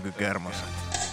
Ökykermaset.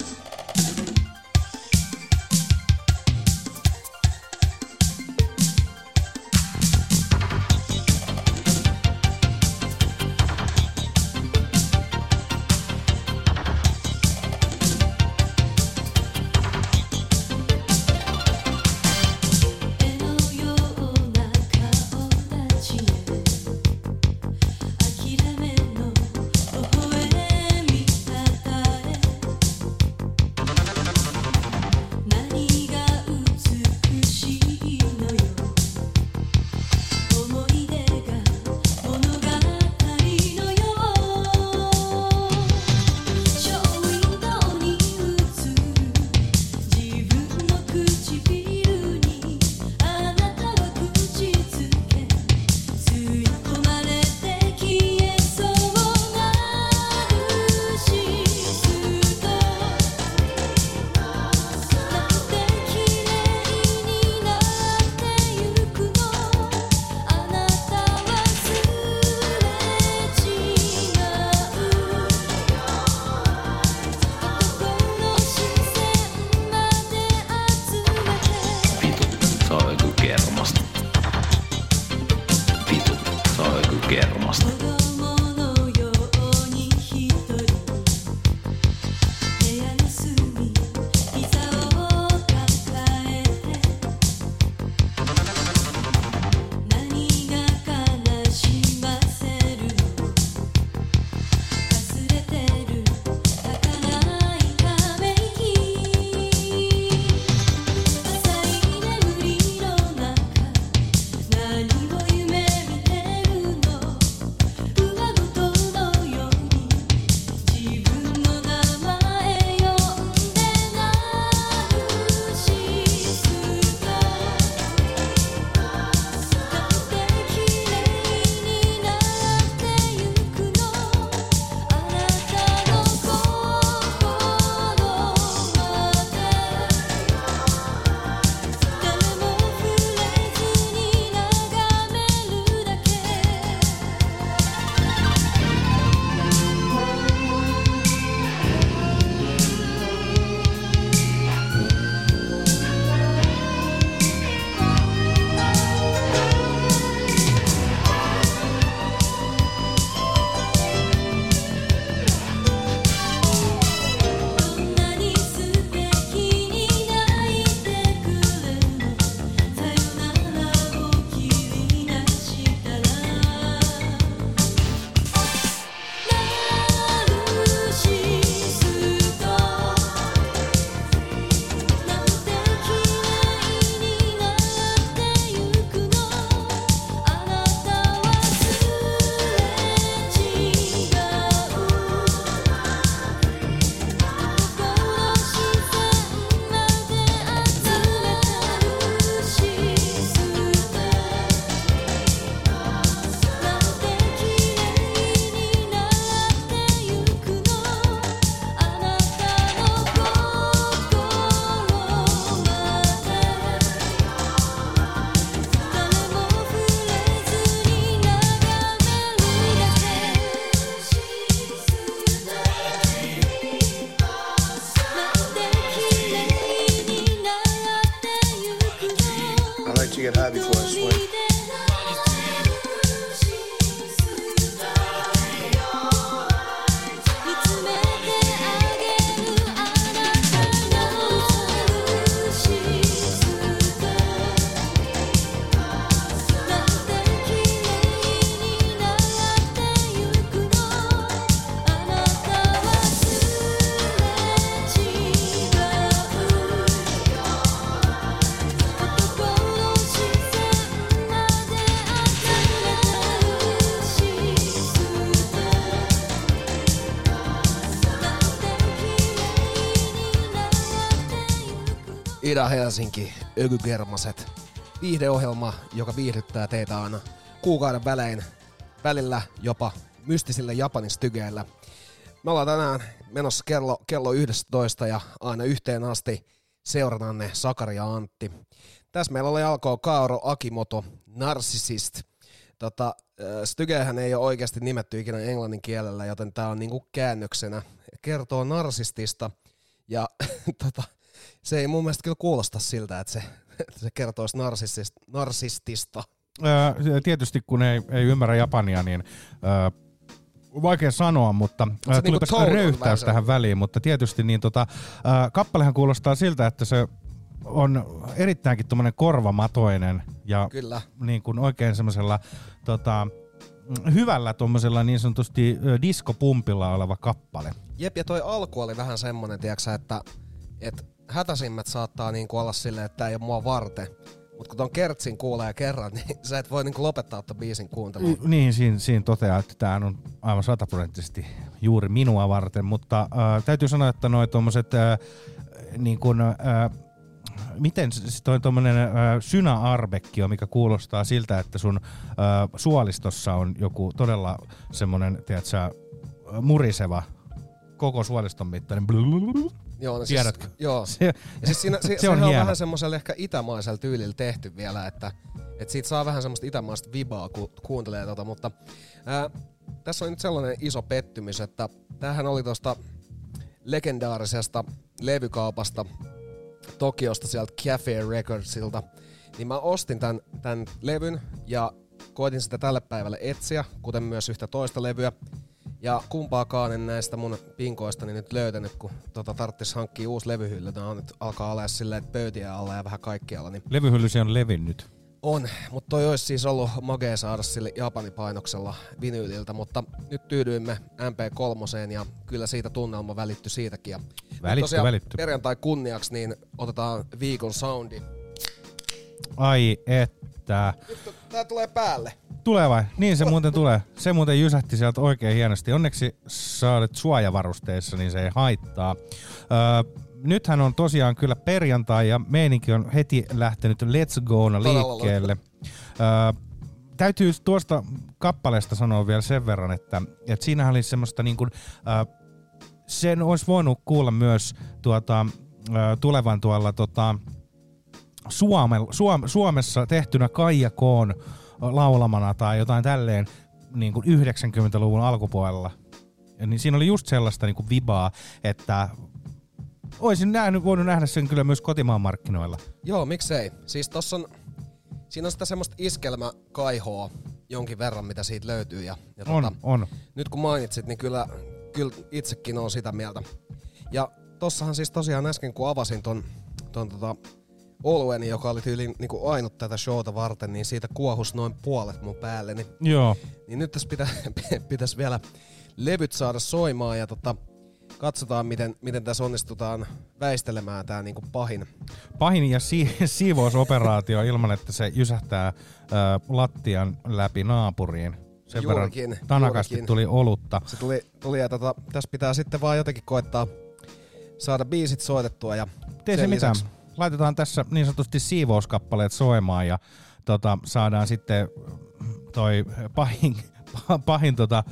Ida-Helsinki, Ökykermaset. Viihdeohjelma, joka viihdyttää teitä aina kuukauden välillä jopa mystisillä Japanin stygeillä. Me ollaan tänään menossa kello 11 ja aina yhteen asti seurananne Sakari ja Antti. Tässä meillä oli alkoi Kaoru Akimoto, Narcissist. Stygehän ei ole oikeasti nimetty ikinä englannin kielellä, joten tää on niinku käännöksenä kertoo narsistista ja se ei mun mielestä kyllä kuulosta siltä, että se kertoisi narsistista. Tietysti kun ei ymmärrä japania, niin vaikea sanoa, mutta tulipas niinku röyhtäys tähän väliin, mutta tietysti niin kappalehan kuulostaa siltä, että se on erittäinkin tommonen korvamatoinen ja kyllä. Niin kuin oikein semmoisella hyvällä tommosella niin sanotusti diskopumpilla oleva kappale. Jep, ja toi alku oli vähän semmonen, tiiäksä, että hätäisimmät saattaa niinku olla silleen, että tää ei oo mua varten. Mut kun ton kertsin kuulee kerran, niin sä et voi niinku lopettaa ton biisin kuuntelua. Niin, siinä toteaa, että tää on aivan 100% juuri minua varten, mutta täytyy sanoa, että noi tommoset niin kun, miten toi tommonen synäarbekkio, mikä kuulostaa siltä, että sun suolistossa on joku todella semmonen, tiedätkö, muriseva koko suoliston mittainen. Joo, no tiedätkö? Siis, joo. Ja siis se on vähän semmoisella ehkä itämaisella tyylillä tehty vielä, että siitä saa vähän semmoista itämaista vibaa, kun kuuntelee mutta tässä on nyt sellainen iso pettymys, että tämähän oli tosta legendaarisesta levykaupasta Tokiosta sieltä Cafe Recordsilta, niin mä ostin tän levyn ja koitin sitä tälle päivälle etsiä, kuten myös yhtä toista levyä. Ja kumpaakaan en näistä mun pinkoistani nyt löytänyt, kun tarttis hankkia uusi levyhylly. Tää on nyt alkaa olla silleen, että pöytiä alla ja vähän kaikkialla. Niin levyhyllysi on levinnyt. On, mutta toi olisi siis ollut magea saada sille Japani-painoksella vinyyliltä, mutta nyt tyydyimme MP3 ja kyllä siitä tunnelma välittyi siitäkin. Ja välitty. Perjantai kunniaksi niin otetaan viikon soundi. Ai että. Nyt tää tulee päälle. Tulee vai? Niin se muuten tulee. Se muuten jysähti sieltä oikein hienosti. Onneksi sä olet suojavarusteissa, niin se ei haittaa. Nythän on tosiaan kyllä perjantai ja meininki on heti lähtenyt Let's Gona liikkeelle. Täytyy tuosta kappaleesta sanoa vielä sen verran, että siinähän oli semmoista niin kuin, sen olisi voinut kuulla myös tulevan tuolla Suomessa tehtynä Kaija K:n laulamana tai jotain tälleen niin kuin 90-luvun alkupuolella. Ja niin siinä oli just sellaista niin kuin vibaa, että olisin voinut nähdä sen kyllä myös kotimaan markkinoilla. Joo, miksei. Siis siinä on sitä semmoista iskelmäkaihoa jonkin verran, mitä siitä löytyy. Ja on. Nyt kun mainitsit, niin kyllä itsekin on sitä mieltä. Ja tossahan siis tosiaan äsken kun avasin ton olueni, joka oli tyyliin niin kuin ainut tätä showta varten, niin siitä kuohus noin puolet mun päälleni. Joo. Niin nyt tässä pitäisi vielä levyt saada soimaan ja katsotaan, miten tässä onnistutaan väistelemään tää niinku pahin ja siivousoperaatio ilman, että se jysähtää lattian läpi naapuriin. Sen verran tanakasti tuli olutta. Se tuli ja tässä pitää sitten vaan jotenkin koettaa saada biisit soitettua ja tee se mitään. Laitetaan tässä niin sanotusti siivouskappaleet soimaan ja saadaan sitten toi pahin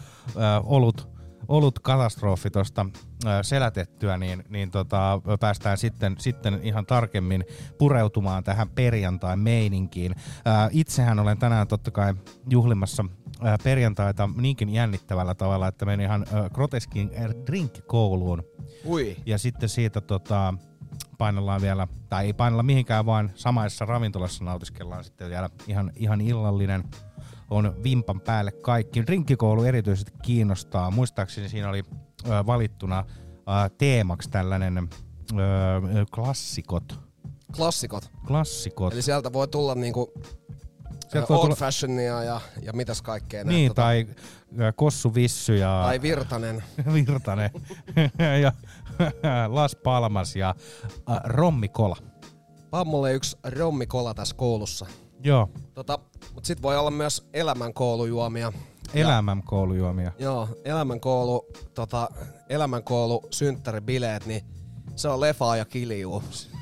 olut katastrofi tosta selätettyä, niin päästään sitten ihan tarkemmin pureutumaan tähän perjantain meininkiin. Itsehän olen tänään totta kai juhlimassa perjantaita niinkin jännittävällä tavalla, että menin ihan groteskin drinkkikouluun. Ui. Ja sitten siitä painellaan vielä, tai ei painella mihinkään, vaan samaisessa ravintolassa nautiskellaan sitten vielä ihan illallinen. On vimpan päälle kaikki. Drinkkikoulu erityisesti kiinnostaa. Muistaakseni siinä oli valittuna teemaksi tällainen klassikot. Klassikot. Eli sieltä voi tulla niinku old fashionia ja mitäs kaikkea. Niin, tai Kossu Vissy ja... Tai Virtanen. ja Las Palmas ja rommikola. Pammolle yksi rommikola tässä koulussa. Joo. Mut sit voi olla myös elämänkoulujuomia. Elämänkoulujuomia. Joo, elämänkoulu synttäribileet, niin se on lefaa ja kiljuu.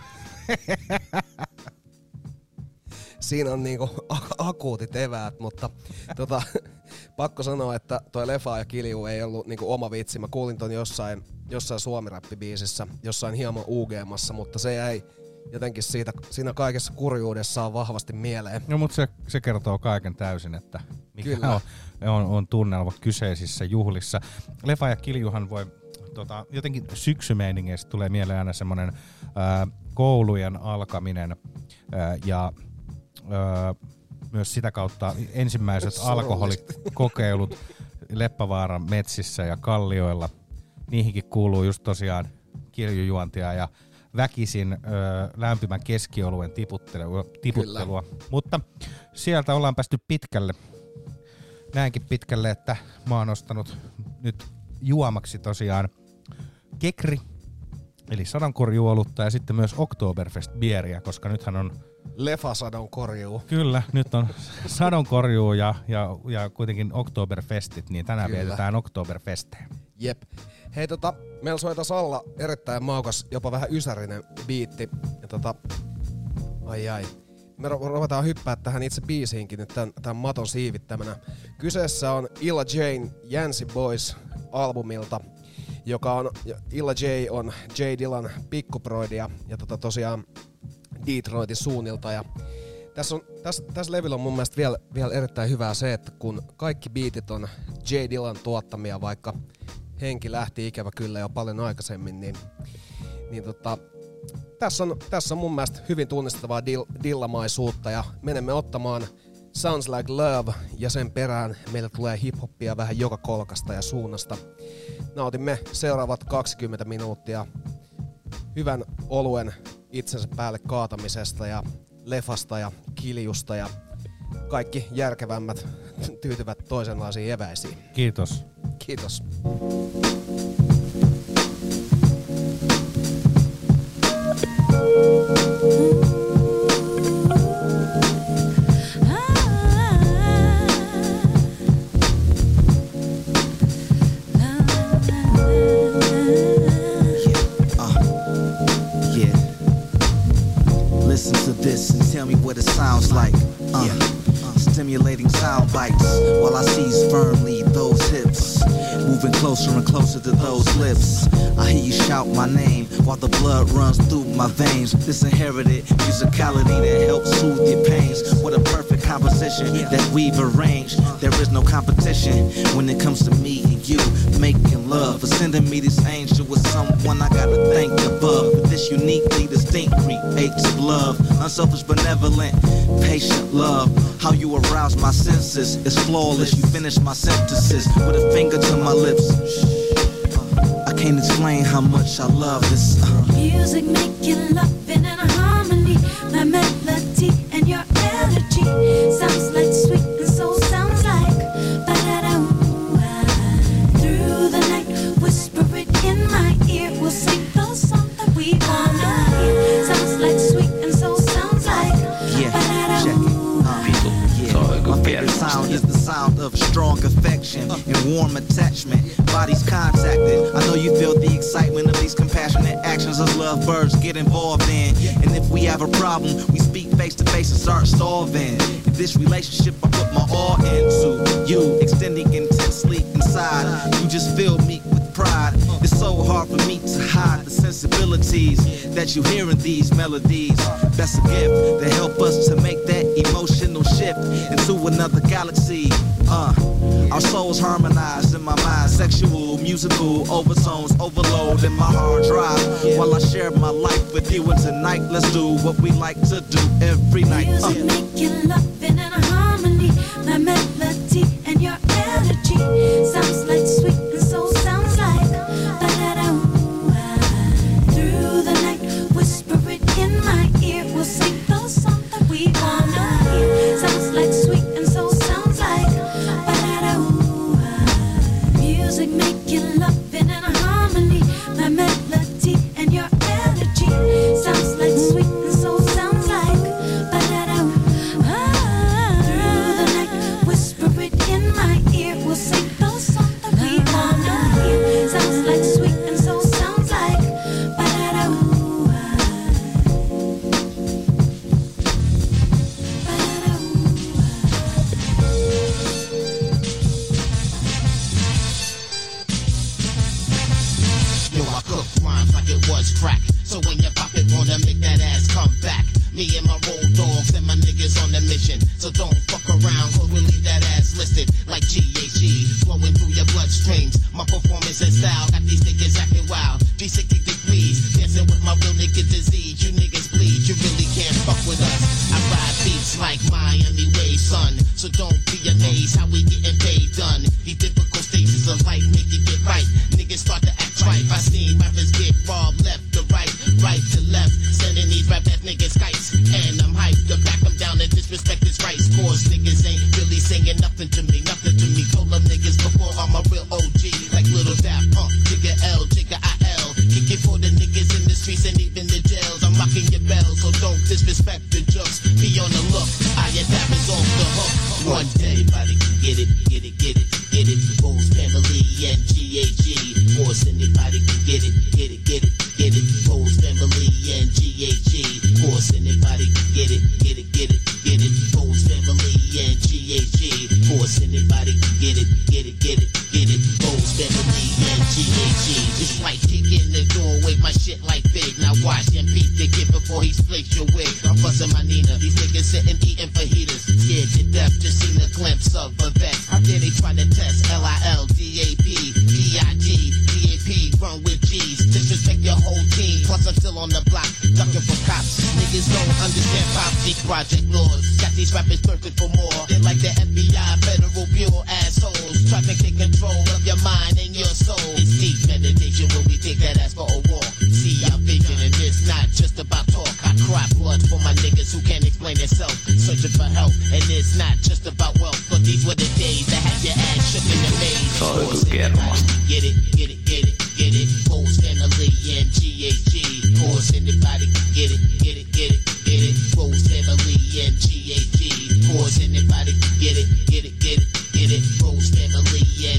Siinä on niinku akuutit eväät, mutta pakko sanoa, että toi lefaa ja kiljuu ei ollut niinku oma vitsi. Mä kuulin ton jossain suomi-räppibiisissä, jossain hieman UG-massa, mutta se jäi jotenkin siinä kaikessa kurjuudessaan vahvasti mieleen. No, mutta se kertoo kaiken täysin, että mikä on tunnelma kyseisissä juhlissa. Lefa ja kiljuhan voi jotenkin syksymeiningeistä tulee mieleen aina semmoinen koulujen alkaminen ja myös sitä kautta ensimmäiset alkoholikokeilut Leppävaaran metsissä ja kallioilla. Niihinkin kuuluu just tosiaan kirjujuontia ja väkisin lämpimän keskioluen tiputtelua. Mutta sieltä ollaan päästy pitkälle. Näinkin pitkälle, että mä oon ostanut nyt juomaksi tosiaan Kekri, eli sadonkorjuolutta ja sitten myös Oktoberfest-bieriä, koska nythän on Lefa-sadonkorjuu. Kyllä, nyt on sadonkorjuu ja kuitenkin Oktoberfestit, niin tänään vietetään Oktoberfestejä. Jep. Hei meillä soi tässä alla erittäin maukas, jopa vähän ysärinen biitti. Ja ai. Me ruvetaan hyppää tähän itse biisiinkin nyt tämän maton siivittämänä. Kyseessä on Illa Jane Yancey Boys albumilta, joka on, Illa J on J Dillan pikkuproidia ja tosiaan Detroitin suunnilta. Ja tässä levyllä on mun mielestä vielä erittäin hyvää se, että kun kaikki biitit on J Dillan tuottamia, vaikka henki lähti ikävä kyllä jo paljon aikaisemmin, niin tässä on mun mielestä hyvin tunnistettavaa dillamaisuutta ja menemme ottamaan Sounds Like Love ja sen perään meillä tulee hip-hoppia vähän joka kolkasta ja suunnasta. Nautimme seuraavat 20 minuuttia hyvän oluen itsensä päälle kaatamisesta ja lefasta ja kiljusta ja kaikki järkevämmät tyytyvät toisenlaisiin eväisiin. Kiitos. Kiitos. Listen to this and tell me what it sounds like. Stimulating sound bites while I seize firmly those hips, moving closer and closer to those lips. I hear you shout my name while the blood runs through my veins. This inherited musicality that helps soothe your pains. What a perfect composition that we've arranged. There is no competition when it comes to me and you making love. For sending me this angel with someone I gotta thank above. But this uniquely distinct creates love, unselfish, benevolent, patient love. How you arouse my senses is flawless. You finish my sentences with a finger to my lips. I can't explain how much I love this. Music making love in a harmony. My melody and your energy sounds like sweet and soul sounds like ba-da-da-ooh-ah. Through the night, whisper it in my ear. We'll sing the song that we wanna hear. Sounds like sweet and soul sounds like ba-da-da-ooh-ah. My favorite sound is the sound of strong affection and warm attachment. Bodies contacted. I know you feel the excitement of these compassionate actions as lovebirds get involved in. And if we have a problem, we speak face to face and start solving. In this relationship, I put my all into you, extending intensely inside. You just fill me with pride. It's so hard for me to hide the sensibilities that you hear in these melodies. That's a gift that help us to make that emotional shift into another galaxy. Our souls harmonized in my mind. Sexual, musical overtones overload in my hard drive. While I share my life with you, and tonight let's do what we like to do every night. Music making love in a harmony. My melody and your energy sounds like sweet and soul sounds like ba-da-da-ooh-ah. Through the night, whisper it in my ear. We'll sing the song that we wanna hear. Sounds like sweet and soul sounds like ba-da-da-ooh-ah. Music making love in a harmony. My melody and your energy sounds like sweet and soul sounds like ba-da-da-ooh-ah. Through the night, whisper it in my ear. We'll sing the song that we wanna hear. Sounds like sweet and soul sounds like ba-da-da-ooh-ah. Yo, I cook rhymes like it was crack. So when your pocket wanna make that ass come back, me and my road dogs and my niggas on the mission. So don't fuck around, cause we leave that ass listed like GHE flowing through your bloodstreams. My performance and style got these niggas acting wild. 360 degrees, dancing with my real nigga disease. You niggas bleed, you really can't fuck with us. I ride beats like Miami Way, son. So don't be amazed how we getting paid done. These difficult stages of life make you get right. Niggas start to act right. I seen rappers get robbed left to right, right to left. Sending these rap ass niggas kites. And I'm hyped to back them down and disrespect his rights. Cause niggas ain't really saying nothing to me, nothing to me. Told them niggas before I'm a real OG. Like Little Daft Punk, Jigga L, Jigga IL. Kick it for the niggas in the streets and even the jails. I'm rocking your bells, so don't disrespect the jokes. Be on the look, I and Dap is off the hook. One day, everybody can get it, get it, get it, get it. Bulls family and GAG. Force anybody can get it, get it, get it, get it. Bulls family and GAG. Force anybody can get it, get it, get it, get it. Bulls family and GAG. Force anybody can get it, get it, get it, get it. Bulls family and GAG. It's like kicking the door with my shit like big. Now watch and beat the kid before he splits your wig. I'm busting my Nina. These niggas sitting eating fajitas. Scared to death, just seen a glimpse of a vet. How dare they try to test LILDAP, DIG, DAP, run with G's. Disrespect your whole team. Plus I'm still on the block, ducking for cops. Niggas don't understand pop, these project laws. Got these rappers thirsting for more. They're like the FBI, Federal Bureau assholes. Trying to take control of your mind and your soul. It's deep meditation when we take that ass for a walk. See our vision and it's not just about talk. I cry blood for my niggas who can't explain themselves. Searching for help and it's not just about wealth. But these were the days that had your ass shook in the maze. Get it, get it, get it, get it. Bulls family and GHG. Force anybody can get it, get it, get it, get it. Bulls family and GHG. Force anybody can get it, get it, get it, get it. Bulls family and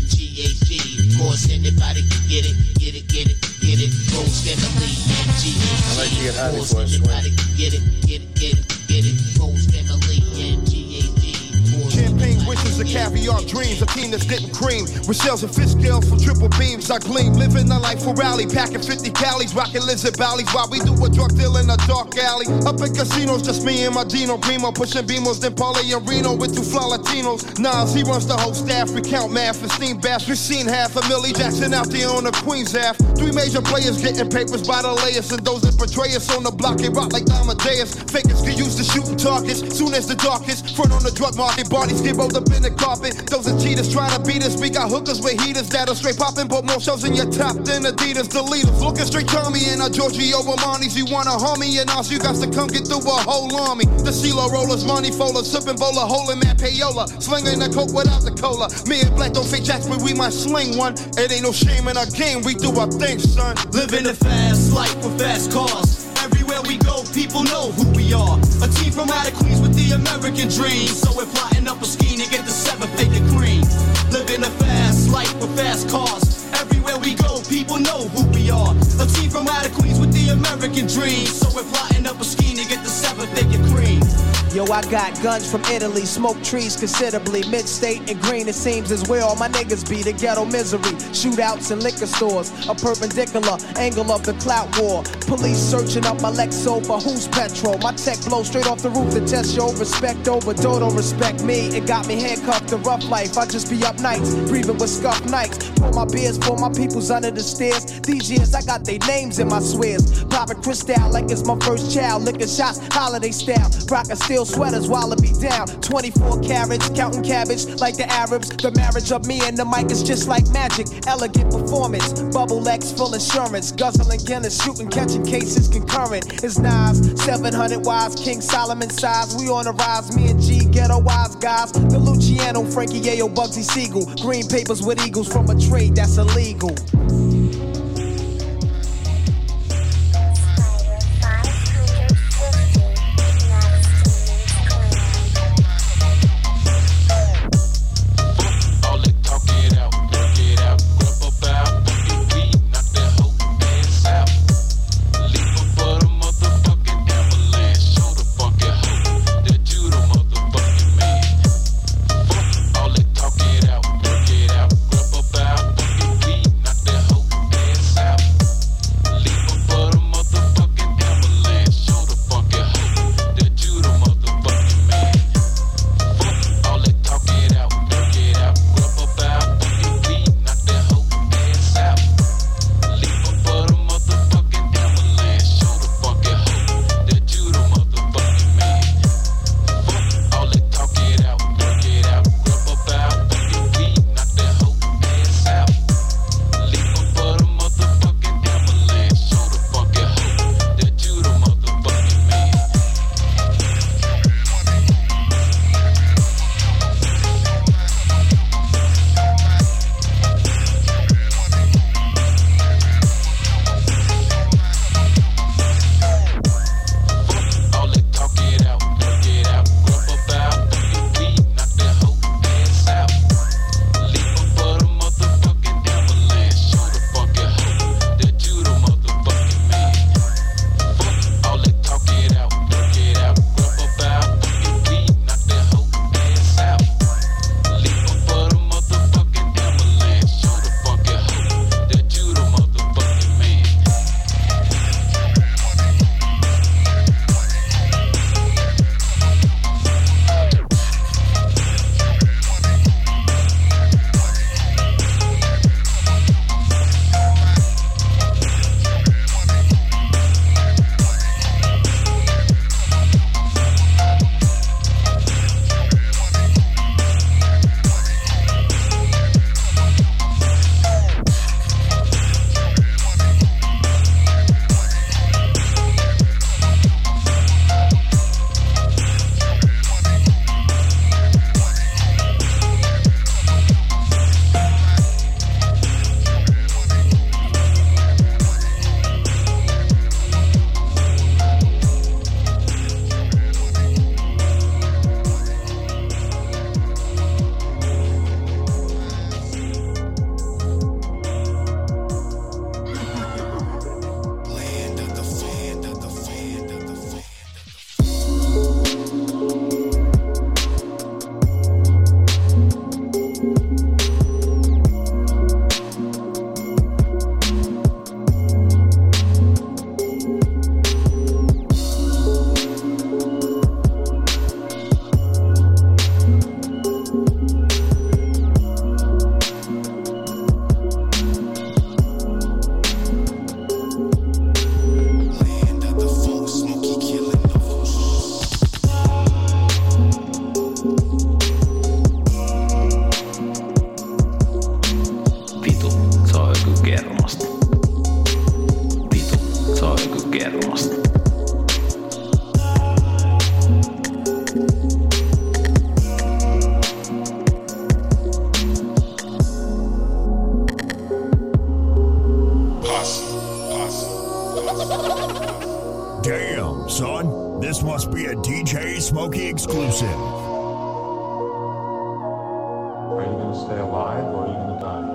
GHG. Force anybody can get it, get it, get it, get it. Bulls family and GHG. I like to get happy Force for a swing. anybody can get it, get it, get it, get it. Bulls family and GHG. Champagne wishes and caviar dreams, a team that's getting cream. With shells and fish scales from triple beams, I gleam. Living a life for rally, packing 50 calories, rocking lizard valleys while we do a drug deal in a dark alley. Up in casinos, just me and my Dino Primo, pushing Beamos, then Paulie and Reno with 2 fly Latinos. Nas, he runs the whole staff, recount math and steam baths. We've seen half a Millie Jackson out there on the Queen's Ave. 3 major players getting papers by the layers, and those that betray us on the block, they rock like Amadeus. Fakers get used to shooting targets, soon as the darkest. Front on the drug market, bodies get rolled up in the carpet. Those are cheaters trying to beat us. We got hookers with heaters that'll straight poppin', but more shows in your top than Adidas. The leaders looking straight Tommy and our Giorgio Armani's. You wanna harm me and us, you got to come get through a whole army. The CeeLo rollers, money folders, sipping bowler, holding that payola, slinging the coke without the cola. Me and Black don't fake jacks, but we might sling one. It ain't no shame in our game, we do our thing, son. Living a fast life with fast cars. Everywhere we go, people know who we are. A team from out of Queens with the American dream. So we're plotting up a scheme to get the 7-figure cream. Living a fast life with fast cars. Everywhere we go, people know who we are. A team from out of Queens with the American dream. So we're plotting up a scheme to get the 7-figure cream. Yo, I got guns from Italy, smoke trees considerably. Mid-state and green, it seems is where all my niggas be. The ghetto misery, shootouts in liquor stores. A perpendicular angle of the clout war. Police searching up my Lexo for who's petrol. My tech blows straight off the roof to test your respect over. Don't respect me, it got me handcuffed to rough life. I just be up nights, breathing with scuffed nights. Pour my beers for my peoples under the stairs. These years I got their names in my swears. Popping crystal like it's my first child. Liquor shots, holiday style. Rockin' steel sweaters while it be down. 24 carats, counting cabbage like the Arabs. The marriage of me and the mic is just like magic. Elegant performance, bubble X full insurance. Guzzling Guinness, shooting, catching cases concurrent. It's Nas, 700 wise, King Solomon size. We on the rise, me and G, ghetto wise guys. The Luciano, Frankie Yayo, Bugsy Siegel. Green papers with eagles from a trade that's illegal. All that talk it out, work it out, grab a bow, fuck it, weed, knock kermasta. Vitu, se on joku kermasta. Damn, son. This must be a DJ Smokey exclusive. Are you gonna stay alive or are you gonna die?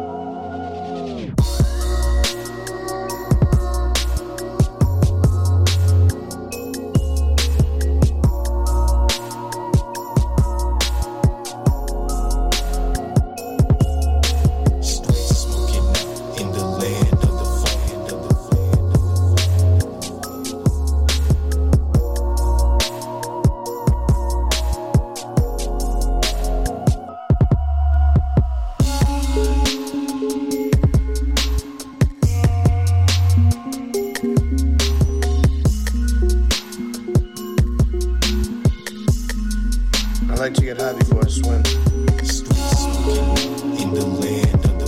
I like to get high before I swim. Street smoking in the land of the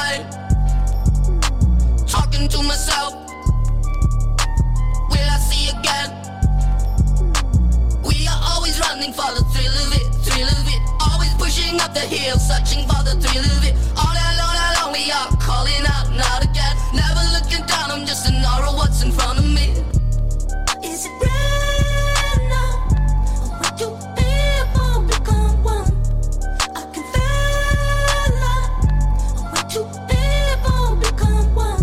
night, talking to myself. Will I see again? We are always running for the thrill of it, thrill of it. Always pushing up the hill, searching for the thrill of it. All along we are calling out, not again. Never looking down, I'm just an aura, what's in front of me. Is it real now? When two people become one, I can feel it. When two people become one.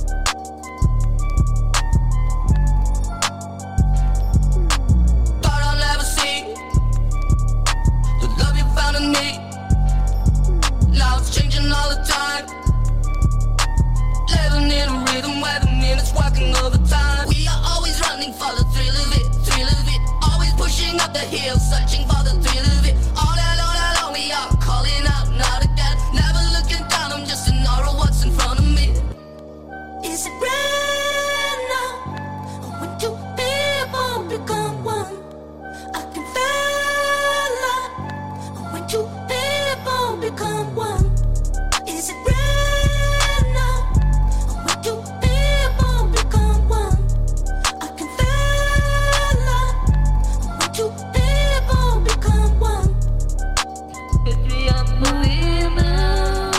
Thought I'll never see the love you found in me. Now it's changing all the time. Living in a rhythm where the minutes walking overtime. We are always running for the thrill of it, thrill of it. Always pushing up the hill, searching for the thrill of it. All along we are calling out, not again. Never looking down, I'm just an aura, what's in front of me. Is it real now? When two people become one, I can feel it. When two people become one. Is it real now? When two people become one, I can feel it. When two people become one. If we are believers,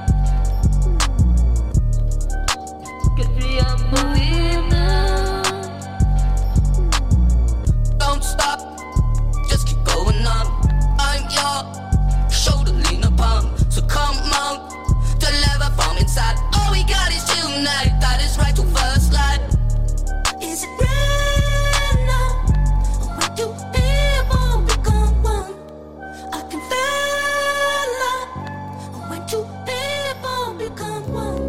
if we are believers, don't stop, just keep going on. I'm your shoulder lean upon, so come on, deliver from inside. All we got is tonight, that is right to first light. Is it real now? When two people become one, I can feel it. When two people become one.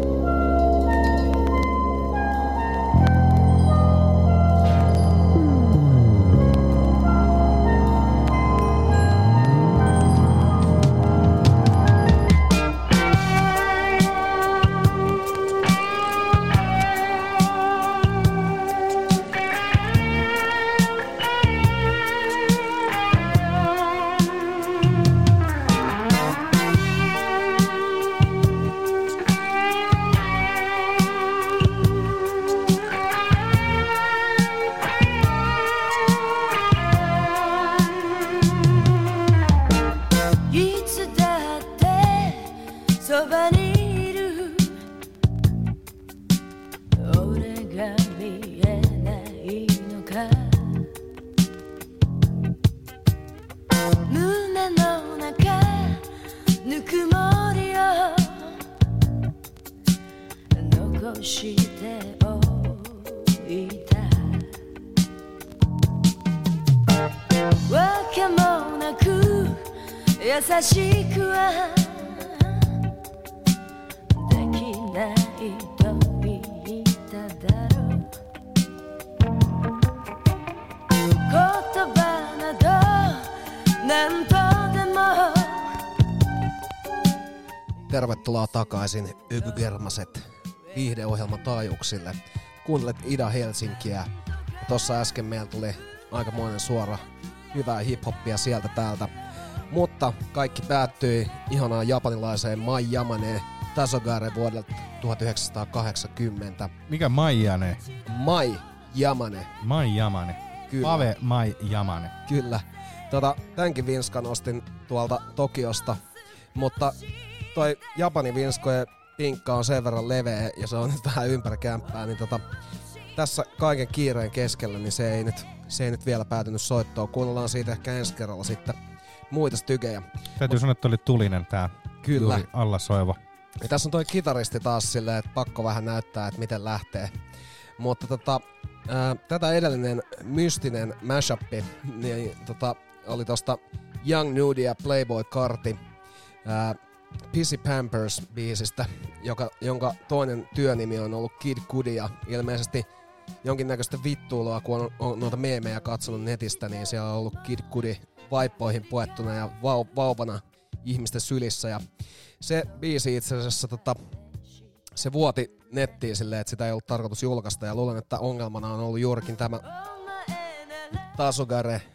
Tervetuloa takaisin Ökygermaset viihdeohjelman taajuuksille. Kuuntelet Ida Helsinkiä. Tossa äsken meillä tuli aikamoinen suora hyvää hip-hoppia sieltä täältä. Mutta kaikki päättyi ihanaan japanilaiseen Mai Yamane Tasogare vuodelta 1980. Mikä Mai Yamane? Mai Yamane. Mai Yamane. Kyllä. Pave Mai Yamane. Kyllä. Tämänkin vinskan ostin tuolta Tokiosta, mutta toi Japanin vinskojen pinkka on sen verran leveä ja se on nyt vähän ympärikämppää, niin tässä kaiken kiireen keskellä niin se ei nyt vielä päätynyt soittoon. Kuunnellaan siitä ehkä ensi kerralla sitten muita stygejä. Täytyy sanoa, että oli tulinen tää. Kyllä. Juuri alla soiva. Ja tässä on toi kitaristi taas silleen, että pakko vähän näyttää, että miten lähtee. Mutta tätä edellinen mystinen mashappi niin, oli tosta Young Nude ja Playboy Carti Pissy Pampers-biisistä, jonka toinen työnimi on ollut Kid Cudi, ja ilmeisesti jonkinnäköistä vittuilua, kun on noita meemejä katsonut netistä, niin siellä on ollut Kid Cudi vaippoihin puettuna ja vauvana ihmisten sylissä, ja se biisi itse asiassa se vuoti nettiin silleen, että sitä ei ollut tarkoitus julkaista, ja luulen, että ongelmana on ollut juurikin tämä Tasogare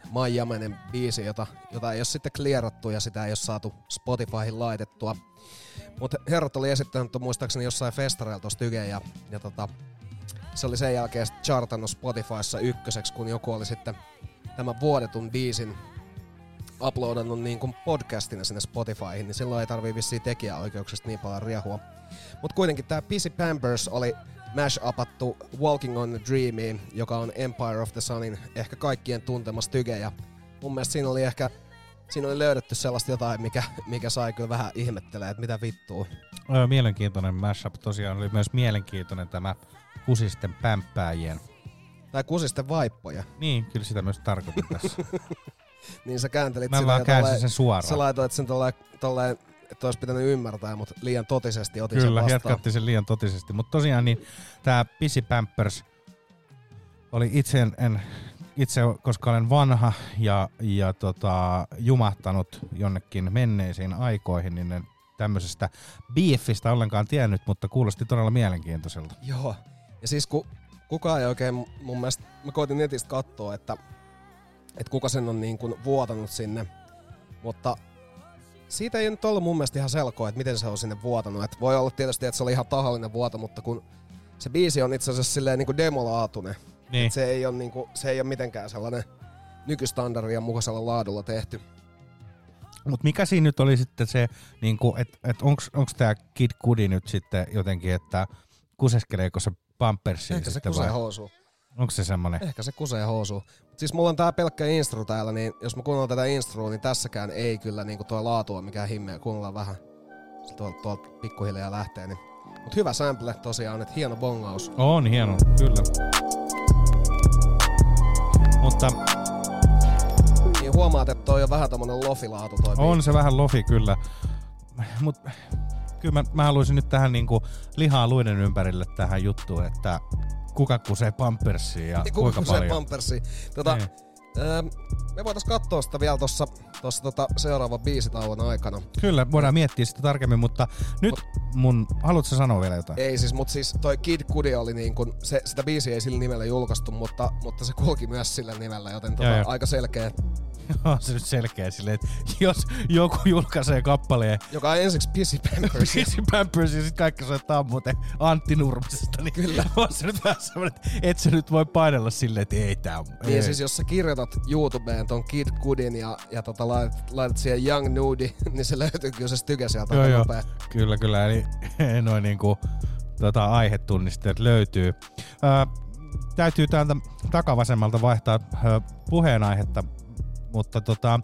Maijamenen biisi, jota ei ole sitten clearattu ja sitä ei ole saatu Spotifyhin laitettua. Mutta herrat oli esittänyt muistaakseni jossain festareilla tossa Tygen ja se oli sen jälkeen chartannut Spotifyssa ykköseksi, kun joku oli sitten tämän vuodetun biisin uploadannut niin kuin podcastina sinne Spotifyhin, niin silloin ei tarvii vissiin tekijäoikeuksista niin paljon riehua. Mut kuitenkin tää Pissy Pampers oli mash-upattu Walking on the Dreamiin, joka on Empire of the Sunin ehkä kaikkien tuntema styge, ja mun mielestä siinä oli löydetty sellaista jotain, mikä sai kyllä vähän ihmettelee, että mitä vittua. Mielenkiintoinen mashup tosiaan, oli myös mielenkiintoinen tämä kusisten pämppääjien. Tai kusisten vaippoja. Niin, kyllä sitä myös tarkoitin tässä. Niin sä kääntelit mä vaan käänsin sen suoraan. Sä laitoit sen tolleen, että olisi pitänyt ymmärtää, mutta liian totisesti otin sen vastaan. Kyllä, jatkatti sen liian totisesti. Mutta tosiaan niin tää Pissy Pampers oli itse, koska olen vanha ja jumahtanut jonnekin menneisiin aikoihin, niin en tämmöisestä beefistä ollenkaan tiennyt, mutta kuulosti todella mielenkiintoiselta. Joo, ja siis kukaan ei oikein mun mielestä, mä koitin netistä katsoa, että kuka sen on niin kuin vuotanut sinne, mutta siitä ei nyt ollut mun mielestä ihan selkoa, että miten se on sinne vuotanut. Et voi olla tietysti, että se oli ihan tahallinen vuoto, mutta kun se biisi on itse asiassa silleen niin kuin demolaatuinen, niin. Se ei ole mitenkään sellainen nykystandardien mukaisella laadulla tehty. Mut mikä siinä nyt oli sitten se, niinku, että onks tää Kid Cudi nyt sitten jotenkin, että kuseskeleeko se pampersiin? Ehkä se kusee housuun. Onko se semmonen? Ehkä se kusee housuun. Siis mulla on tää pelkkä instru täällä, niin jos mä kuunnellaan tätä instrua, niin tässäkään ei kyllä niinku tuo laatu on mikään himmeä. Kuunnellaan vähän. Se tuolta pikkuhiljaa lähtee. Niin. Mut hyvä sample tosiaan, että hieno bongaus. On hieno, kyllä. Mutta niin huomaat, että toi on vähän tommonen lofilaatu toi. On se vähän lofi kyllä. Mut kyllä mä haluaisin nyt tähän niinku lihaa luiden ympärille tähän juttuun, että kuka kusee pampersia ja kuinka paljon. Pampersia. Me voitais katsoa sitä vielä tossa seuraavan biisitauon aikana. Kyllä, voidaan miettiä sitä tarkemmin, mutta nyt haluatko sanoa vielä jotain? Ei siis, mutta siis toi Kid Cudi oli niin kuin, sitä biisiä ei sillä nimellä julkaistu, mutta se kulki myös sillä nimellä, joten aika selkeä. Joo, se nyt selkeä silleen, että jos joku julkaisee kappaleen, joka on ensiksi Pissy Pampers. Pissy Pampers ja sit kaikki soittaa muuten Antti Nurmesesta, niin kyllä on se nyt vähän semmoinen, että se nyt voi painella silleen, että ei tää on. Niin siis jos sä kirjoitat YouTubeen ton Kid Cudin ja laitat siihen Young Nude, niin se löytyy kyllä se styke sieltä nopea. Kyllä, eli noin niinku aihetunnisteet löytyy. Täytyy täältä takavasemmalta vaihtaa puheenaihetta, mutta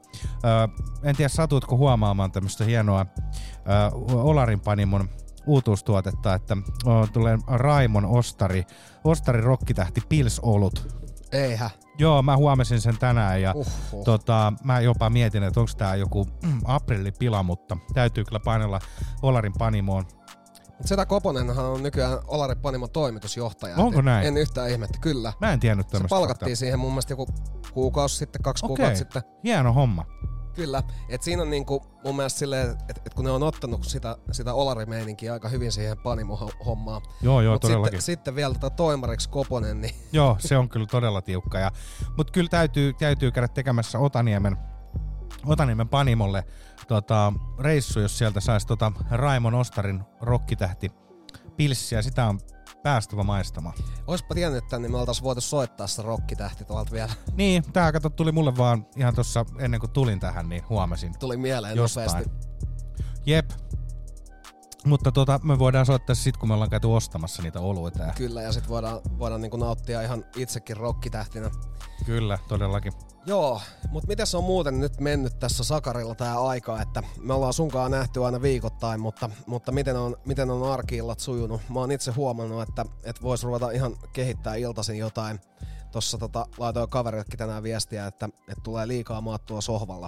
en tiedä satuitko huomaamaan tämmöistä hienoa Olarin Panimon uutuustuotetta, että tulee Raimon Ostari rokkitähti Pils-olut. Eihän. Joo, mä huomasin sen tänään ja mä jopa mietin, että onko tää joku aprillipila, mutta täytyy kyllä painella Olarin Panimoon. Setä Koponenhan on nykyään Olarin Panimon toimitusjohtaja. Onko näin? En yhtään ihmettä, kyllä. Mä en tiennyt tämmöistä. Se palkattiin siihen mun mielestä joku kuukausi sitten, 2 kuukautta sitten. Hieno homma. Kyllä, että siinä on niinku mun mielestä silleen, että kun ne on ottanut sitä Olarimeininkiä aika hyvin siihen Panimo-hommaan. Joo, todellakin. Sitten vielä toimariksi Koponen, niin... Joo, se on kyllä todella tiukka. Mutta kyllä täytyy käydä tekemässä Otaniemen Panimolle reissu, jos sieltä saisi Raimon Ostarin rokkitähti pilssiä. Sitä on päästävä maistamaan. Oispa tiennyt tän, niin me oltais voitu soittaa se rokkitähti tuolta vielä. Niin, tää tuli mulle vaan ihan tossa ennen kuin tulin tähän, niin huomasin. Tuli mieleen jostain. Nopeasti. Jep. Mutta me voidaan soittaa sit, kun me ollaan käyty ostamassa niitä oluita. Kyllä, ja sit voidaan niinku nauttia ihan itsekin rokkitähtinä. Kyllä, todellakin. Joo, mutta miten se on muuten nyt mennyt tässä Sakarilla tää aika, että me ollaan sunkaan nähty aina viikoittain, mutta miten on arki-illat sujunut? Mä oon itse huomannut, että vois ruveta ihan kehittää iltaisin jotain. Tossa laitoin kaverillekin tänään viestiä, että tulee liikaa maattua sohvalla.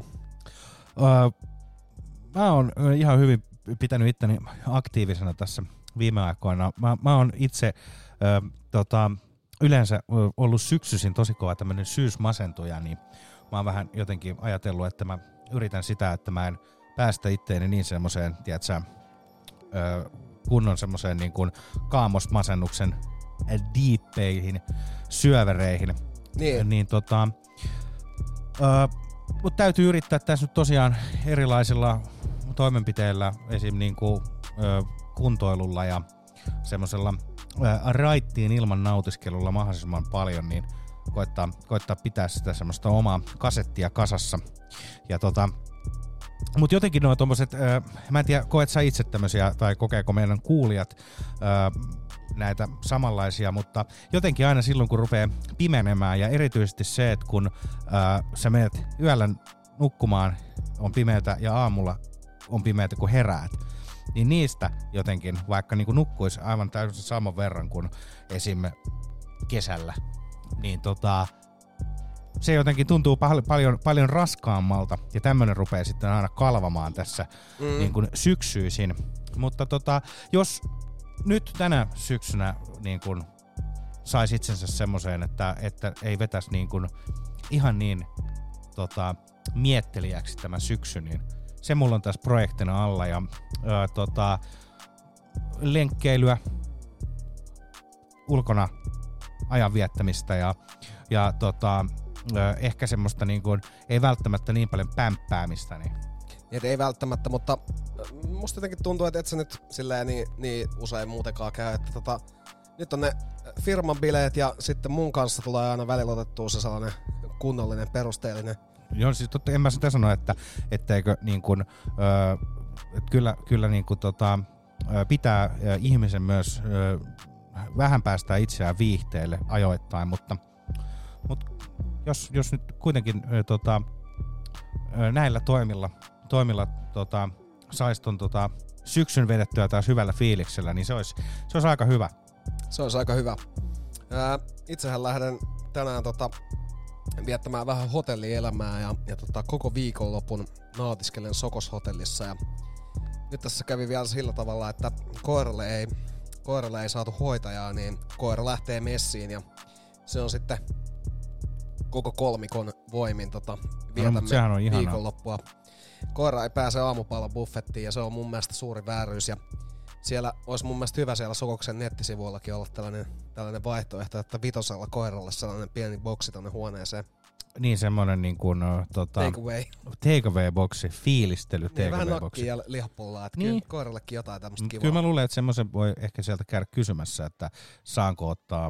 Mä oon ihan hyvin pitänyt itteni aktiivisena tässä viime aikoina. Mä oon itse yleensä ollut syksyisin tosi kova tämmönen syysmasentuja, niin mä oon vähän jotenkin ajatellut, että mä yritän sitä, että mä en päästä itteeni niin semmoseen, tiedätkö, kunnon semmoseen niin kuin kaamosmasennuksen diippeihin syövereihin. Niin. Mutta täytyy yrittää tässä nyt tosiaan erilaisilla toimenpiteillä, esim. Niinku, kuntoilulla ja semmoisella raittiin ilman nautiskelulla mahdollisimman paljon, niin koittaa pitää sitä semmoista omaa kasettia kasassa. Ja mut jotenkin nuo tommoset, mä en tiedä, koet sä itse tämmösiä, tai kokeeko meidän kuulijat näitä samanlaisia, mutta jotenkin aina silloin, kun rupeaa pimenemään, ja erityisesti se, että kun sä menet yöllä nukkumaan, on pimeätä, ja aamulla on pimeätä, kun heräät, niin niistä jotenkin, vaikka niin kuin nukkuisi aivan täysin saman verran kuin esim. Kesällä, niin se jotenkin tuntuu paljon raskaammalta, ja tämmönen rupeaa sitten aina kalvamaan tässä niin kuin syksyisin. Mutta jos nyt tänä syksynä niin kuin saisi itsensä semmoseen, että ei vetäisi niin kuin ihan niin miettelijäksi tämä syksy, niin se mulla on tässä projektina alla, ja lenkkeilyä, ulkona ajan viettämistä ja ehkä semmoista niin kuin, ei välttämättä niin paljon pämppäämistä. Niin. Et ei välttämättä, mutta musta jotenkin tuntuu, että et sä nyt silleen niin usein muutenkaan käy, että nyt on ne firman bileet ja sitten mun kanssa tulee aina välillä otettua se sellainen kunnollinen, perusteellinen. Joo, siis en mä sitä sano, etteikö niin kuin, kyllä niin kuin pitää ihmisen myös vähän päästää itseään viihteelle ajoittain, mutta jos nyt kuitenkin näillä toimilla saisi ton syksyn vedettyä taas hyvällä fiiliksellä, niin se olisi aika hyvä. Se olisi aika hyvä. Itsehän lähden tänään viettämään vähän hotellielämää ja koko viikonlopun nautiskelen Sokos-hotellissa. Ja nyt tässä kävi vielä sillä tavalla, että koiralle ei saatu hoitajaa, niin koira lähtee messiin ja se on sitten koko kolmikon voimin vietämme viikonloppua. Koira ei pääse aamupalon buffettiin ja se on mun mielestä suuri vääryys. Ja siellä olisi mun mielestä hyvä siellä Sokoksen nettisivuillakin olla tällainen vaihtoehto, että 5 koiralle sellainen pieni boksi tonne huoneeseen. Niin semmonen niin kuin take away boksi, fiilistely take away boksi. Vähän nakkia ja lihapullaa, että kyllä koirallekin jotain tämmöistä kivaa. Kyllä mä luulen, että semmoisen voi ehkä sieltä käydä kysymässä, että saanko ottaa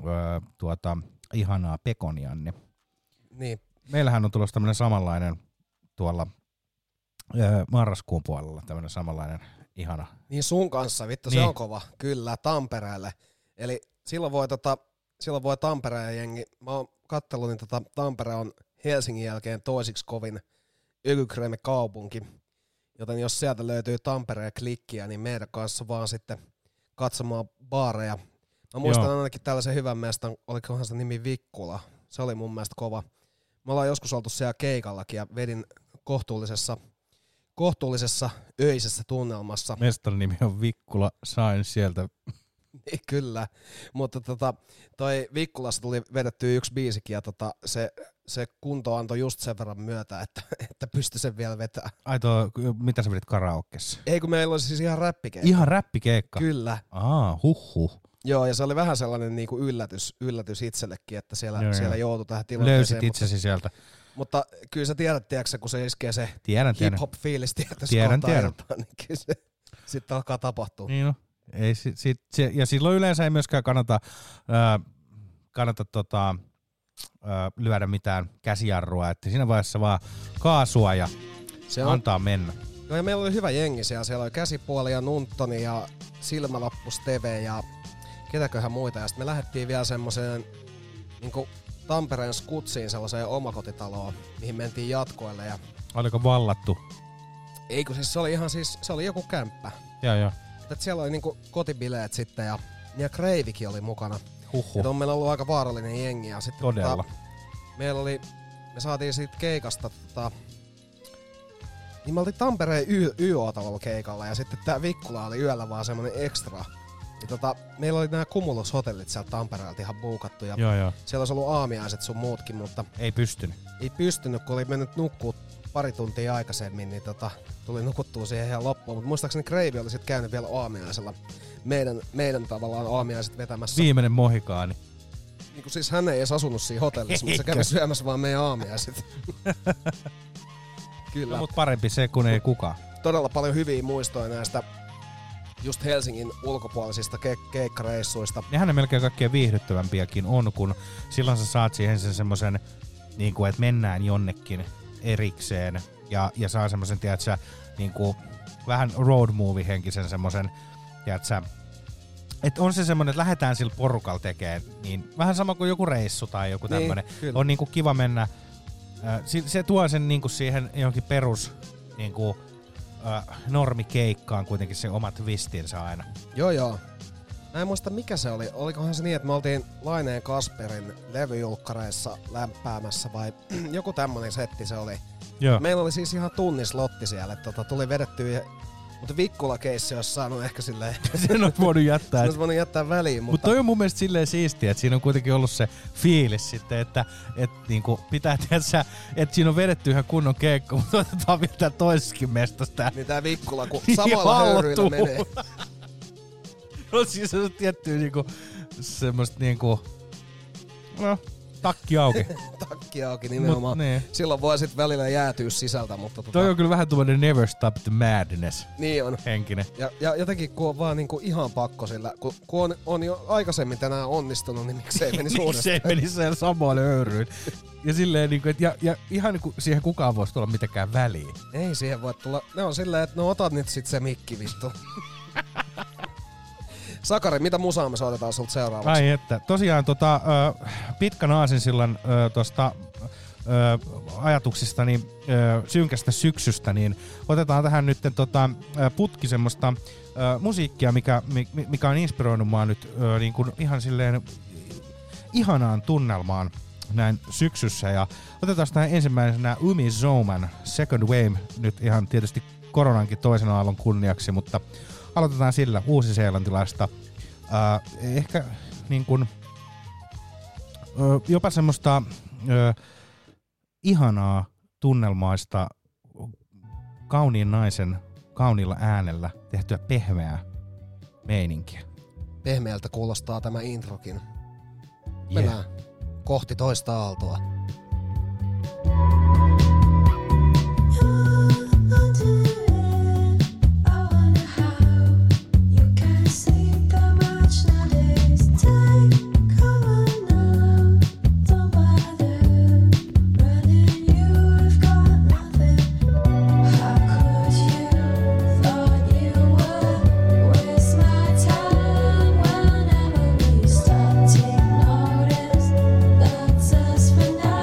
ihanaa pekonianne. Niin. Meillähän on tulossa tämmönen samanlainen tuolla marraskuun puolella, tämmönen samanlainen ihana. Niin sun kanssa, vittu niin. Se on kova, kyllä, Tampereelle. Eli silloin voi Tampereen jengi, mä oon kattellut, niin Tampere on Helsingin jälkeen toisiksi kovin ökykreeme-kaupunki. Joten jos sieltä löytyy Tampereen klikkiä, niin meidän kanssa vaan sitten katsomaan baareja. Mä muistan ainakin tällaisen hyvän mestan, olikohan se nimi Vikkula. Se oli mun mielestä kova. Me ollaan joskus oltu siellä keikallakin ja vedin kohtuullisessa öisessä tunnelmassa. Mestan nimi on Vikkula, sain sieltä. Kyllä, mutta toi Vikkulassa tuli vedettyä yksi biisikin ja se kunto antoi just sen verran myötä, että pystyi sen vielä vetämään. Ai mitä sä vedit karaokessa? Ei, kun meillä oli siis ihan räppikeikka. Ihan räppikeikka? Kyllä. Huhhuh. Joo, ja se oli vähän sellainen niinku yllätys itsellekin, että siellä joutui tähän tilanteeseen. Löysit itsesi sieltä. Mutta kyllä sä tiedät, tiedätkö, kun se iskee se hip-hop-fiilis tietysti tiedän. Niin kyllä se sitten alkaa tapahtua. Niin no. Ei, ja silloin yleensä ei myöskään kannata lyödä mitään käsijarrua, että siinä vaiheessa vaan kaasua ja antaa mennä. No ja meillä oli hyvä jengi siellä oli Käsipuoli ja Nunttoni ja Silmälappu Steve ja ketäköhän muita. Ja sitten me lähdettiin vielä semmoiseen niinku Tampereen Skutsiin sellaiseen omakotitaloon, mihin mentiin jatkoille. Ja oliko vallattu? Ei, kun siis se oli joku kämppä. Joo. Et siellä oli niinku kotibileet sitten ja Kreivikin oli mukana. Huhhuh. Ja on meillä ollut aika vaarallinen jengi. Ja sitten todella. Me saatiin siitä keikasta niin me oltiin Tampereen YO-talolla keikalla ja sitten tää Vikkula oli yöllä vaan semmonen ekstra. Ja meillä oli nämä Cumulus-hotellit sieltä Tampereelta ihan buukattu ja joo. Siellä olisi ollut aamiaiset sun muutkin, mutta ei pystynyt, kun oli mennyt nukkuu pari tuntia aikaisemmin, niin tuli nukuttua siihen ihan loppuun. Mutta muistaakseni Kreivi oli sitten käynyt vielä aamiaisella meidän tavallaan aamiaiset vetämässä. Viimeinen mohikaani. Niinku siis hän ei edes asunut siinä hotellissa, mutta se kävi syömässä vaan meidän aamiaiset. Kyllä. No, mutta parempi se, kun ei kukaan. Todella paljon hyviä muistoja näistä just Helsingin ulkopuolisista keikkareissuista. Nehän ne melkein kaikkein viihdyttävämpiäkin on, kun silloin sä saat siihen sen semmosen, niinku, että mennään jonnekin erikseen ja saa semmosen, tiedätkö, niinku, vähän road movie henkisen semmosen, tiedätkö, että on se semmonen, että lähdetään sillä porukalla tekemään, niin vähän sama kuin joku reissu tai joku tämmönen. Niin, on niinku kiva mennä. Se tuo sen niinku siihen johonkin perus niinku, normikeikkaan kuitenkin se omat twistinsä aina. Joo. Mä en muista mikä se oli. Olikohan se niin, että me oltiin Laineen Kasperin levyjulkkareissa lämpäämässä vai joku tämmönen setti se oli. Joo. Meillä oli siis ihan tunnin slotti siellä, että tuli vedettyä. Mutta Vikkula-keissi olisi saanut ehkä silleen... Sen olisi voinut jättää. Sen olisi voinut jättää väliin, mutta... Mutta toi on mun mielestä silleen siistiä, että siinä on kuitenkin ollut se fiilis sitten, että niinku pitää tehdä, että siinä on vedetty ihan kunnon keikko, mutta otetaan vielä toisessakin mestasta. Niin tää Vikkula, kun samalla höyryillä menee. No siis on tiettyä niinku semmoista niinku... No, takki auki. Takki auki nimenomaan. Niin. Silloin voi sit välillä jäätyä sisältä, mutta... Toi on kyllä vähän tuollainen never stop the madness. Niin on. Henkinen. Ja jotenkin kun on vaan niinku ihan pakko sillä, kun on jo aikaisemmin tänään onnistunut, niin miksei menisi uudestaan. Miksei menisi siellä samoille höyryyn. Ja silleen niinku, että ja ihan niinku siihen kukaan voisi tulla mitenkään väliin. Ei siihen voi tulla. Ne on silleen, että no otat nyt sit se mikki vittu. Sakari, mitä musaa me soitetaan sulta seuraavaksi? Ai että, tosiaan pitkän aasinsillan tosta ajatuksistani synkästä syksystä, niin otetaan tähän nyt putki semmoista musiikkia, mikä on inspiroinut mua nyt niin kuin ihan silleen ihanaan tunnelmaan näin syksyssä. Ja otetaan tähän ensimmäisenä Umi Zoman Second Wave, nyt ihan tietysti koronankin toisen aallon kunniaksi, mutta aloitetaan sillä uusiseelantilaista. Ehkä niin kuin, jopa semmoista ihanaa tunnelmaista kauniin naisen kauniilla äänellä tehtyä pehmeää meininkiä. Pehmeältä kuulostaa tämä introkin. Mennään kohti toista aaltoa. For now.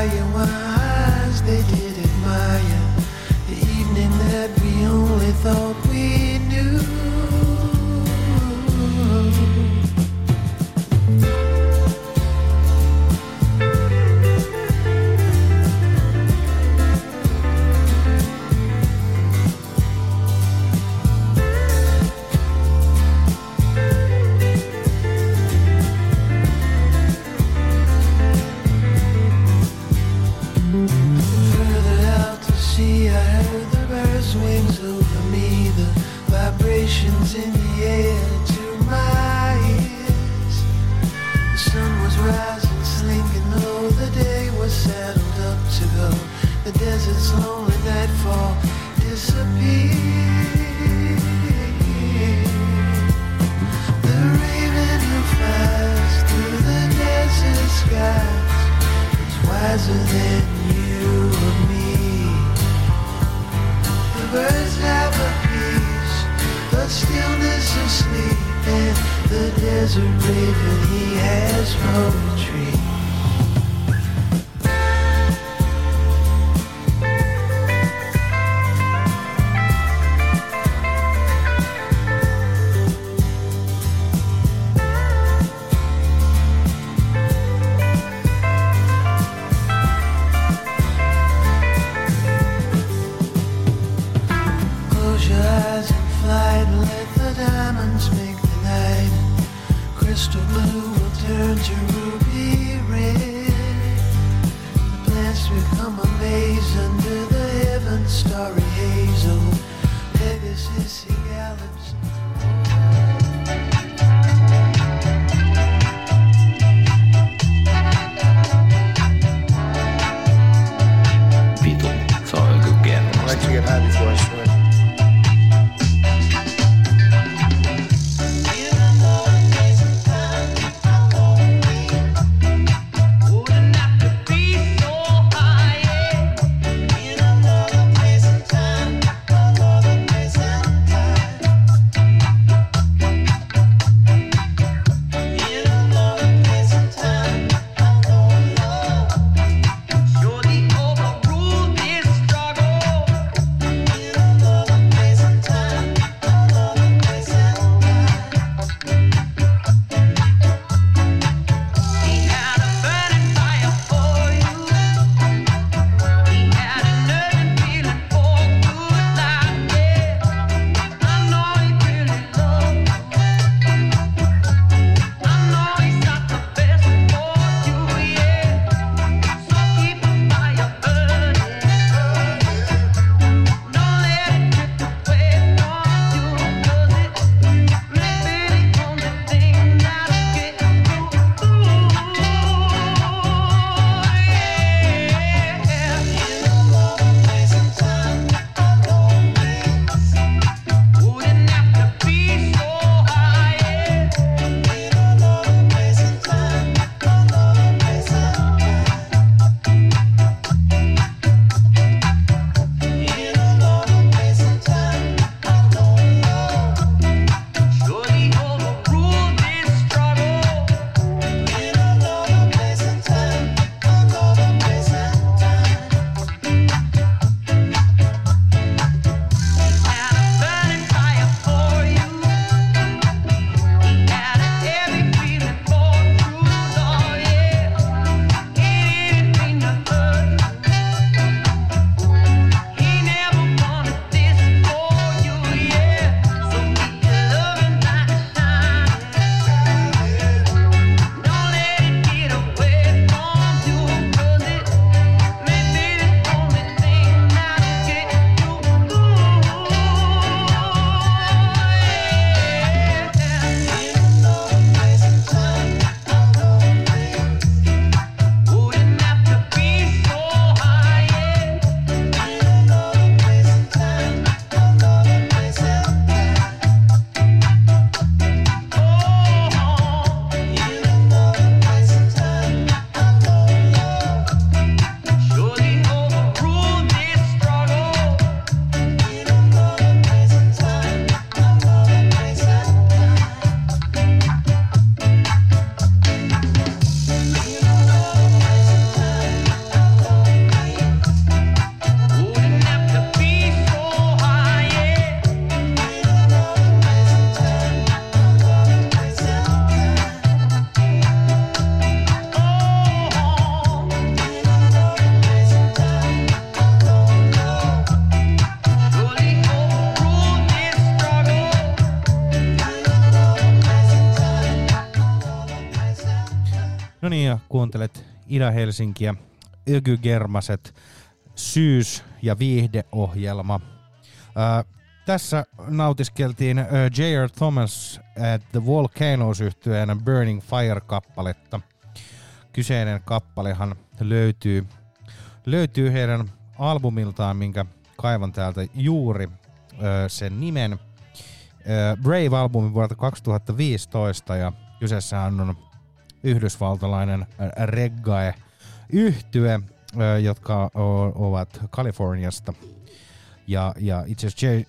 fire, eyes they did admire. The evening that we only thought we knew. Wings over me, the vibrations in the air to my ears. The sun was rising, slinking low, the day was saddled up to go. The desert's lonely nightfall disappeared. The raven who flies through the desert skies is wiser than you or me. The birds have a peace, but stillness of sleep, and the desert raven, he has poetry. No niin, ja kuuntelet Ida-Helsinkiä, Ökygermaset, syys- ja viihdeohjelma. Tässä nautiskeltiin J.R. Thomas at the Volcanoes-yhtyeen Burning Fire-kappaletta. Kyseinen kappalehan löytyy heidän albumiltaan, minkä kaivan täältä juuri sen nimen. Brave-albumi vuodelta 2015, ja kyseessähän on yhdysvaltalainen reggae-yhtye, jotka ovat Kaliforniasta. Ja itse asiassa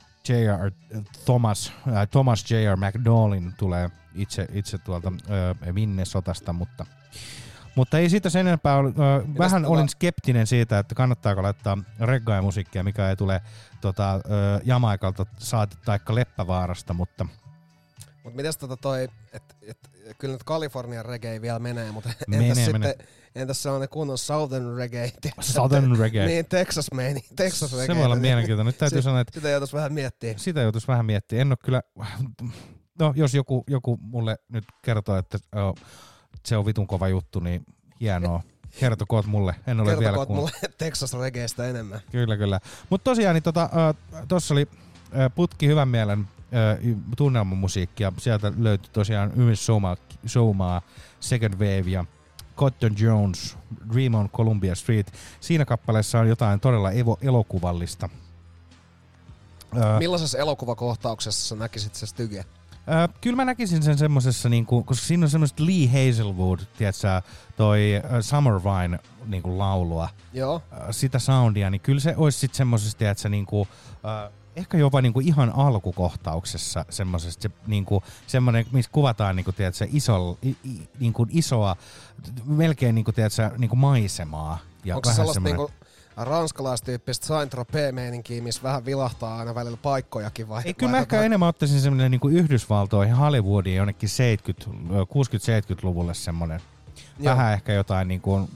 Thomas J.R. McDowellin tulee itse tuolta Minnesotasta, mutta ei siitä sen enempää. Vähän olin skeptinen siitä, että kannattaako laittaa reggae-musiikkia, mikä ei tule Jamaikalta saati taikka Leppävaarasta, mutta... Mut mitäs kyllä nyt Kalifornian reggae vielä menee, mutta entäs sellainen kunnon Southern reggae? Southern reggae. Niin, Texas reggae. Se voi olla mielenkiintoinen. Nyt täytyy sanoa, että... Sitä joutuisi vähän miettimään. Sitä joutuisi vähän miettimään. En ole kyllä... No, jos joku mulle nyt kertoo, että se on vitun kova juttu, niin hienoa. Kertokoot mulle. En ole vielä kuullut. Mulle Texas reggaestä enemmän. Kyllä. Mutta tosiaan, niin tossa oli Putki hyvän mielen tunnelmamusiikkia. Sieltä löytyi tosiaan Ymis Soumaa, Second Wave ja Cotton Jones, Dream on Columbia Street. Siinä kappaleessa on jotain todella elokuvallista. Millaisessa elokuvakohtauksessa sä näkisit se Styge? Kyllä mä näkisin sen semmosessa, niinku, koska siinä on semmoista Lee Hazelwood, tiedätkö, toi Summer Wine niinku laulua. Joo. Sitä soundia, niin kyllä se olisi sit semmosesta, tiedätkö, niinku, ehkä jopa niinku ihan alkukohtauksessa semmosesta, se, niinku, semmoinen, missä kuvataan niinku, tiedätkö, niinku isoa, melkein niinku, tiedätkö, niinku maisemaa. Ja onko se sellaista niinku ranskalaistyyppistä Saint-Tropez-meininkiä, missä vähän vilahtaa aina välillä paikkojakin vai? Ei, kyllä mä ehkä enemmän ottaisin semmoinen niinku Yhdysvaltoihin, Hollywoodiin jonnekin 60-70-luvulle semmoinen. Vähän ehkä jotain niinku,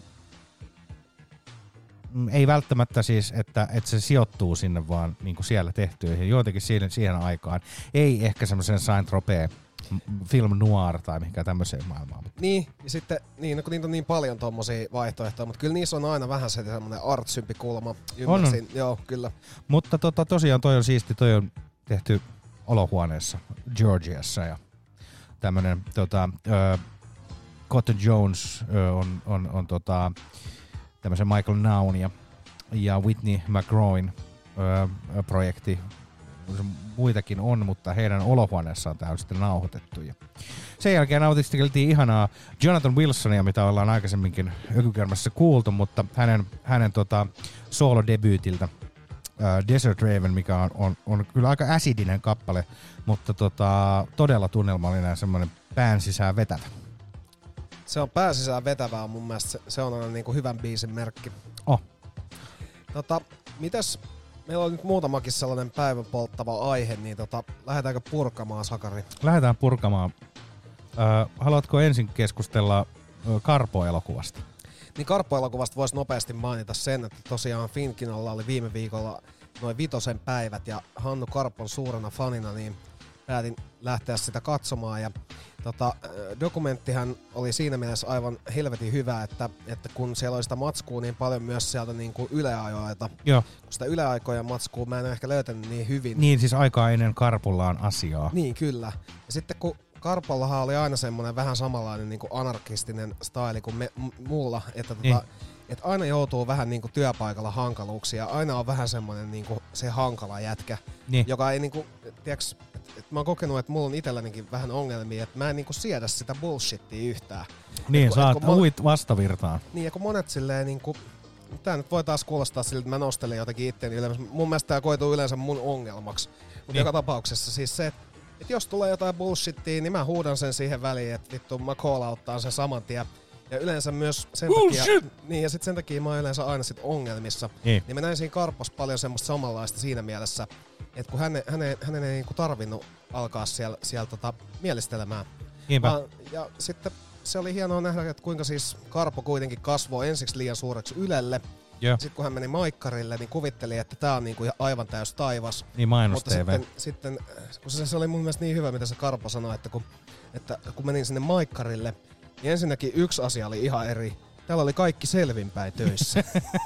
ei välttämättä siis, että se sijoittuu sinne, vaan niinku siellä tehtyihin, jotenkin siihen aikaan. Ei ehkä semmoisen Saint-Tropez film noir tai mihinkään tämmöiseen maailmaan. Niin, ja sitten niin, kun niitä on niin paljon tommosia vaihtoehtoja, mutta kyllä niissä on aina vähän se semmoinen artsympi kulma. Ymmärsin, joo, kyllä. Mutta tosiaan toi on siisti, toi on tehty olohuoneessa Georgiassa ja tämmönen Cotton Jones on tämmöisen Michael Naun ja Whitney McGrawen projekti. Muitakin on, mutta heidän olohuoneessaan tämä on sitten nauhoitettu. Ja sen jälkeen nautiskeltiin ihanaa Jonathan Wilsonia, mitä ollaan aikaisemminkin Ökykermässä kuultu, mutta hänen soolodebyytiltä Desert Raven, mikä on kyllä aika äsidinen kappale, mutta todella tunnelmallinen ja semmoinen pään sisään vetävä. Se on pään sisään vetävää mun mielestä. Se on aina niinku hyvän biisin merkki. Mitäs... Meillä on nyt muutamakin sellainen päivän polttava aihe, niin lähdetäänkö purkamaan, Sakari? Lähdetään purkamaan. Haluatko ensin keskustella Karpo-elokuvasta? Niin Karpo-elokuvasta voisi nopeasti mainita sen, että tosiaan Finkinolla oli viime viikolla noin 5 päivät, ja Hannu Karpon suurena fanina, niin päätin lähteä sitä katsomaan, ja dokumenttihan oli siinä mielessä aivan helvetin hyvä, että kun siellä oli sitä matskua niin paljon myös sieltä niin kuin yleajoilta. Joo. Kun sitä yleaikoja matskua mä en ehkä löytänyt niin hyvin. Niin, siis aikaa ennen Karpollaan asiaa. Niin, kyllä. Ja sitten kun Karpollahan oli aina semmoinen vähän samanlainen niin kuin anarkistinen staili kuin mulla, että että aina joutuu vähän niin kuin työpaikalla hankaluuksia. Aina on vähän semmoinen niin kuin se hankala jätkä, joka ei niin kuin, tiiäks, mä oon kokenut, että mulla on itsellänikin vähän ongelmia, että mä en niinku siedä sitä bullshittia yhtään. Niin, sä uit vastavirtaan. Niin, ja kun monet silleen niinku, tää nyt voi taas kuulostaa siltä, että mä nostelen jotenkin itteeni yleensä. Mun mielestä tää koituu yleensä mun ongelmaksi. Mutta joka tapauksessa siis se, että jos tulee jotain bullshittia, niin mä huudan sen siihen väliin, että vittu mä call-outtaan sen saman tien. Ja yleensä myös sen takia, niin ja sit sen takia mä oon yleensä aina sit ongelmissa. Niin mä näin siinä Karpossa paljon semmoista samanlaista siinä mielessä, että kun hänen ei niinku tarvinnut alkaa siellä mielistelemään. Ja sitten se oli hienoa nähdä, että kuinka siis Karpo kuitenkin kasvoi ensiksi liian suureksi Ylelle. Sitten kun hän meni Maikkarille, niin kuvitteli, että tää on niinku aivan täys taivas. Niin, mainos-TV. Mutta sitten kun se oli mun mielestä niin hyvä, mitä se Karpo sanoi, että kun menin sinne Maikkarille, niin ensinnäkin yksi asia oli ihan eri. Täällä oli kaikki selvinpäin töissä.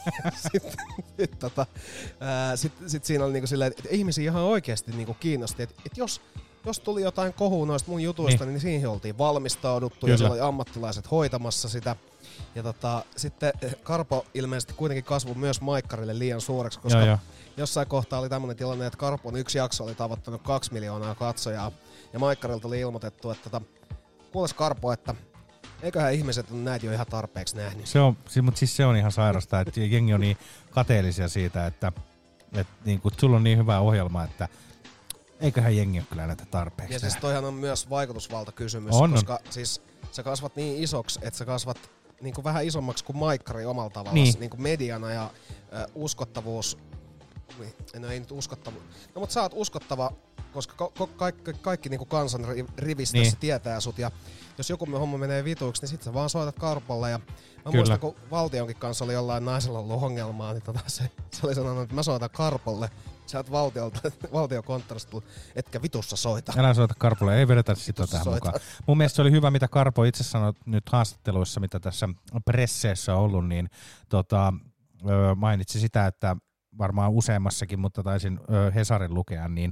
Sitten siinä oli niinku silleen, että ihmisiä ihan oikeasti niinku kiinnosti, että jos tuli jotain kohua noista mun jutuista, niin siihen oltiin valmistauduttu. Kyllä. Ja siellä oli ammattilaiset hoitamassa sitä. Ja sitten Karpo ilmeisesti kuitenkin kasvoi myös Maikkarille liian suureksi, koska jossain kohtaa oli tämmöinen tilanne, että Karpon yksi jakso oli tavoittanut 2 miljoonaa katsojaa. Ja Maikkarilta oli ilmoitettu, että kuules Karpo, että eiköhän ihmiset on näitä jo ihan tarpeeksi nähnyt. Mutta siis se on ihan sairasta, että jengi on niin kateellisia siitä, että niin kun sulla on niin hyvä ohjelma, että eiköhän jengi ole kyllä näitä tarpeeksi. Ja siis toihan on myös vaikutusvaltakysymys, koska siis sä kasvat niin isoksi, että sä kasvat niin kuin vähän isommaksi kuin Maikkari omalla tavallaan, niin kuin mediana ja uskottavuus. No ei nyt uskottavuus. No mutta sä oot uskottava, koska kaikki niin kuin kansan rivistössä tietää sut. Ja jos joku homma menee vituiksi, niin sit sä vaan soitat Karpolle. Ja mä muistan, kun Valtionkin kanssa oli jollain naisella ollut ongelmaa, niin se oli sanonut, että mä soitan Karpolle. Sä oot valtiokonttorista tullut, etkä vitussa soita. Älä soita Karpolle, ei vedetä sitä tähän mukaan. Mun mielestä se oli hyvä, mitä Karpo itse sanoi nyt haastatteluissa, mitä tässä presseessä on ollut, niin mainitsi sitä, että varmaan useammassakin, mutta taisin Hesarin lukea, niin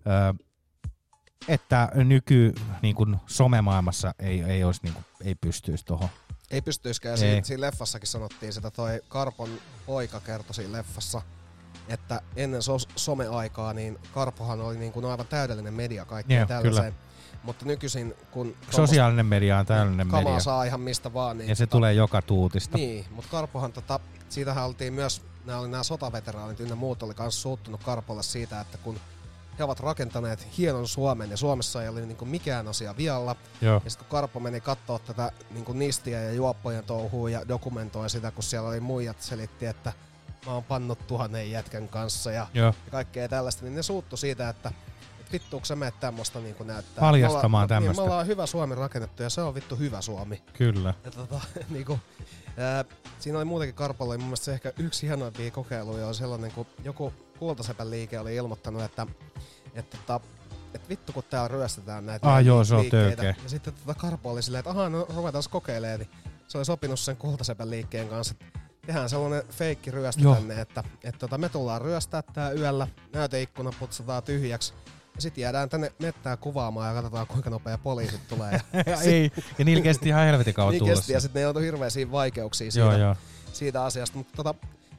että niin kuin somemaailmassa ei olisi niin kuin, ei pystyisi tuohon. Ei pystyisikään. Siinä leffassakin sanottiin sitä, toi Karpon poika kertoi siinä leffassa, että ennen someaikaa niin Karpohan oli niin kuin aivan täydellinen media kaikkeen tällaiseen. Mutta nykyisin, kun sosiaalinen media on täydellinen media. Kamaa saa ihan mistä vaan. Niin ja se tulee joka tuutista. Niin, mutta Karpohan, siitähän oltiin myös, nämä sotaveteraanit ynnä muut oli kanssa suuttunut Karpolle siitä, että kun he ovat rakentaneet hienon Suomen ja Suomessa ei ole niin kuin mikään asia vialla. Joo. Ja sitten kun Karpo meni kattoo tätä niin kuin nistiä ja juoppojen touhua ja dokumentoi sitä, kun siellä oli muijat selitti, että mä oon pannut 1000 jätkän kanssa ja kaikkea tällaista, niin ne suuttu siitä, että vittuuko sä meet tämmöstä niin kuin näyttää. Paljastamaan tämmöstä. Niin, me ollaan hyvä Suomi rakennettu ja se on vittu hyvä Suomi. Kyllä. Ja niin kuin, siinä oli muutenkin Karpolla, mun mielestä se ehkä yksi hienoimpia kokeiluja on sellainen, kun joku Kultasepän liike oli ilmoittanut, että vittu kun täällä ryöstetään näitä liikkeitä. Ja sitten Karpo oli silleen, että no ruvetaan kokeilemaan. Niin se oli sopinut sen Kultasepän liikkeen kanssa, että tehdään sellainen feikki ryöstö tänne, että me tullaan ryöstää tää yöllä, näyteikkuna putsataan tyhjäksi. Ja sit jäädään tänne mettään kuvaamaan ja katsotaan kuinka nopea poliisit tulee. Ja niillä kesti ihan helvetin kauan tulla. Ja sit ne joutui hirveisiä vaikeuksia siitä asiasta. Mutta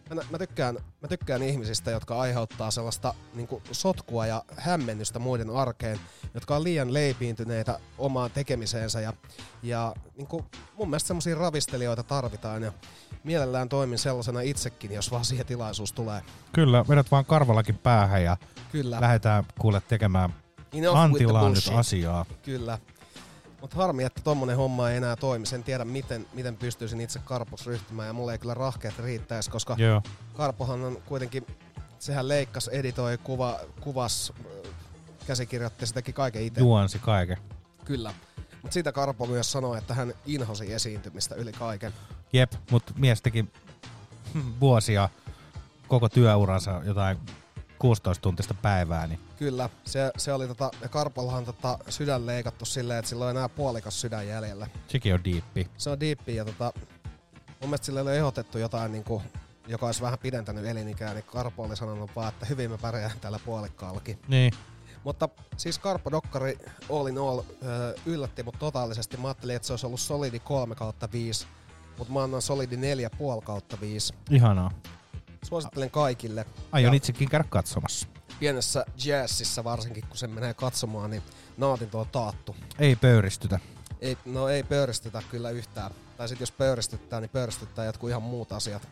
mä tykkään ihmisistä, jotka aiheuttaa sellaista niinku sotkua ja hämmennystä muiden arkeen, jotka on liian leipiintyneitä omaan tekemiseensä. Ja niinku, mun mielestä semmosia ravistelijoita tarvitaan ja mielellään toimin sellaisena itsekin, jos vaan siihen tilaisuus tulee. Kyllä, vedät vaan karvallakin päähän ja lähdetään kuule tekemään Antillaan nyt asiaa. Kyllä. Mutta harmi, että tommonen homma ei enää toimi. En tiedä, miten pystyisin itse Karpoksi ryhtymään ja mulle ei kyllä rahkeet riittäisi, koska Karpohan on kuitenkin, sehän leikkasi, editoi, kuvas, käsikirjoitti, se teki kaiken itse. Juonsi kaiken. Kyllä. Mutta siitä Karpo myös sanoi, että hän inhosi esiintymistä yli kaiken. Jep, mutta mies teki vuosia koko työuransa jotain 16-tuntista päivää. Niin. Kyllä, se oli ja Karpollahan sydän leikattu silleen, että sillä on enää puolikas sydän jäljellä. Sekin on diippi. Se on diippi ja mun mielestä sille oli ehdotettu jotain, niin kuin, joka olisi vähän pidentänyt elinikää, niin Karpo oli sanonut vaan, että hyvin me pärjään täällä puolikkaallakin. Niin. Mutta siis Karpo-dokkari all in all yllätti mut totaalisesti. Mä ajattelin, että se olisi ollut solidi 3/5, mutta mä annan solidi 4,5/5. Ihanaa. Suosittelen kaikille. Aion itsekin käydä katsomassa. Pienessä jazzissa varsinkin, kun sen menee katsomaan, niin naatinto on taattu. Ei pöyristytä. Ei pöyristytä kyllä yhtään. Tai sit jos pöyristyttää, niin pöyristyttää jotkut ihan muut asiat.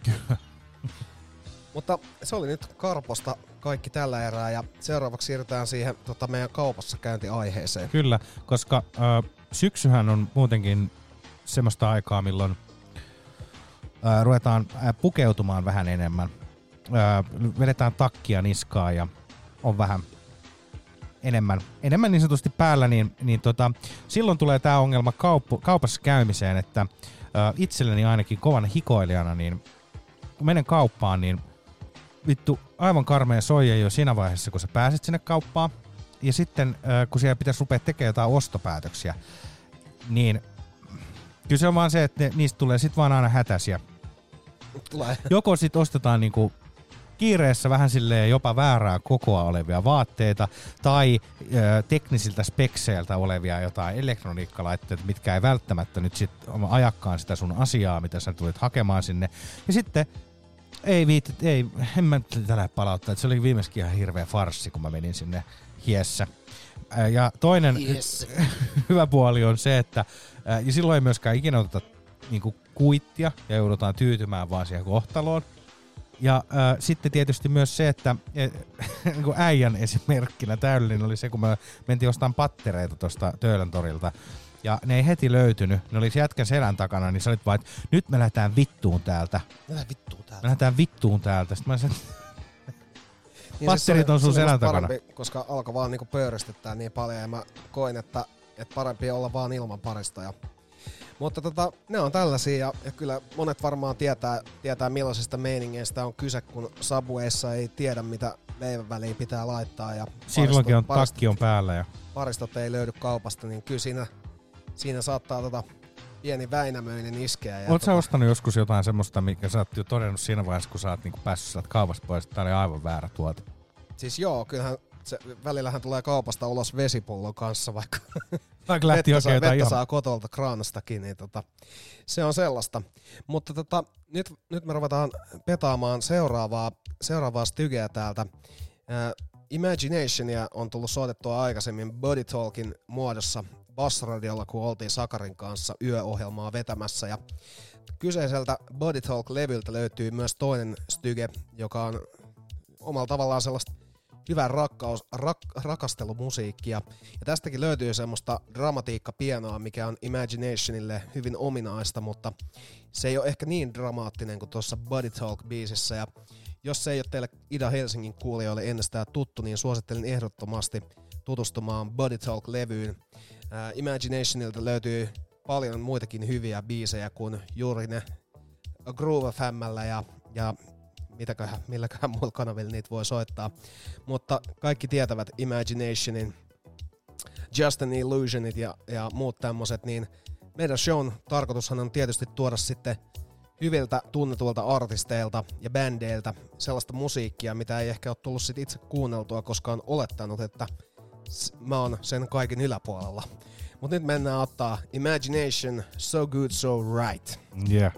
Mutta se oli nyt Karposta kaikki tällä erää ja seuraavaksi siirrytään siihen meidän kaupassa käyntiaiheeseen. Kyllä, koska syksyhän on muutenkin semmoista aikaa, milloin ruvetaan pukeutumaan vähän enemmän. Vedetään takkia niskaa ja on vähän enemmän niin sanotusti päällä, niin silloin tulee tämä ongelma kaupassa käymiseen, että itselleni ainakin kovan hikoilijana, niin kun menen kauppaan, niin vittu aivan karmea soija jo siinä vaiheessa, kun sä pääset sinne kauppaan. Ja sitten kun siellä pitäisi rupea tekemään jotain ostopäätöksiä, niin Kyllä se on vaan se, että niistä tulee sit vaan aina hätäisiä. Tulee. Joko sit ostetaan niinku kiireessä vähän silleen jopa väärää kokoa olevia vaatteita tai teknisiltä spekseiltä olevia jotain elektroniikkalaitteita, mitkä ei välttämättä nyt sit ajakkaan sitä sun asiaa, mitä sä tulit hakemaan sinne. Ja sitten en mä tällä palauttaa, että se oli viimeiskin ihan hirveä farssi, kun mä menin sinne hiessä. Ja toinen hyvä puoli on se, että ja silloin ei myöskään ikinä oteta niinku kuittia ja joudutaan tyytymään vaan siihen kohtaloon. Ja sitten tietysti myös se, että niin äijän esimerkkinä täydellinen oli se, kun me mentiin ostamaan pattereita tuosta Töölön torilta. Ja ne ei heti löytynyt. Ne oli jätkän selän takana, niin sä olit vaan, että nyt me lähdetään vittuun täältä. Me lähdetään vittuun täältä. Sitten mä sanoin, niin patterit on sun selän takana. Parempi, koska alkoi vaan niinku pöyristyttää niin paljon ja mä koin, että parempi olla vaan ilman paristoja. Mutta ne on tällaisia ja kyllä monet varmaan tietää millaisista meiningeistä on kyse, kun Subwayssa ei tiedä mitä leivän väliin pitää laittaa. Ja silloinkin on takki on päällä. Ja paristot ei löydy kaupasta, niin kyllä siinä saattaa pieni Väinämöinen iskeä. Oletko sä ostanut joskus jotain semmoista, mikä sä oot jo todennut siinä vaiheessa, kun sä oot niinku päässyt sieltä kaupasta pois, että tää oli aivan väärä tuote? Siis joo, kyllähän välillähän tulee kaupasta ulos vesipullon kanssa, vaikka vettä saa kotolta kraanastakin, niin se on sellaista. Mutta nyt me ruvetaan petaamaan seuraavaa stygeä täältä. Imaginationia on tullut soitettua aikaisemmin Body Talkin muodossa Bassradiolla, kun oltiin Sakarin kanssa yöohjelmaa vetämässä. Ja kyseiseltä Body Talk-levyltä löytyy myös toinen styge, joka on omalla tavallaan sellaista hyvää rakastelumusiikkia. Ja tästäkin löytyy semmoista dramatiikkapianoa, mikä on Imaginationille hyvin ominaista, mutta se ei ole ehkä niin dramaattinen kuin tuossa Body Talk-biisissä. Ja jos se ei ole teille Ida Helsingin kuulijoille ennestään tuttu, niin suosittelen ehdottomasti tutustumaan Body Talk-levyyn. Imaginationilta löytyy paljon muitakin hyviä biisejä kuin juuri ne Groove FM:llä ja milläköhän muilla kanavilla niitä voi soittaa. Mutta kaikki tietävät Imaginationin, Just an Illusionit ja muut tämmöset, niin meidän shown tarkoitushan on tietysti tuoda sitten hyviltä tunnetuilta artisteilta ja bändeiltä sellaista musiikkia, mitä ei ehkä ole tullut sit itse kuunneltua, koska on olettanut, että mä oon sen kaiken yläpuolella. Mut nyt mennään ottaa Imagination, So Good So Right. Yeah.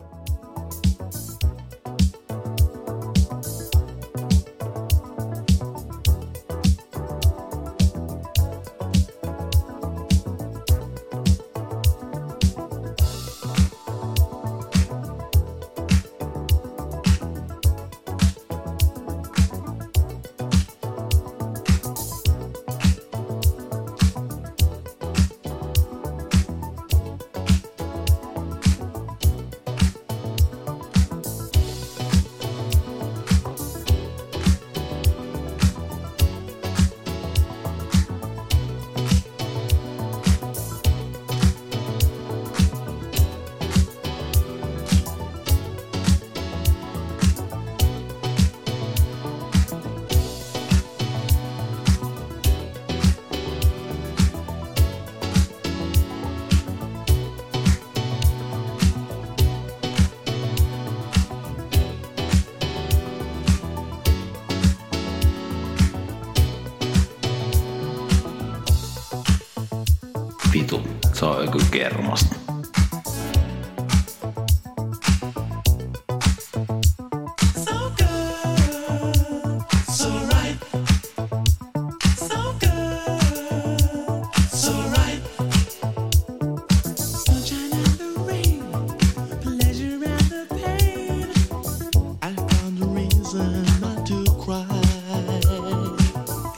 Vitu, se on joku kermasta.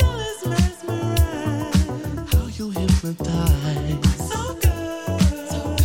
So good.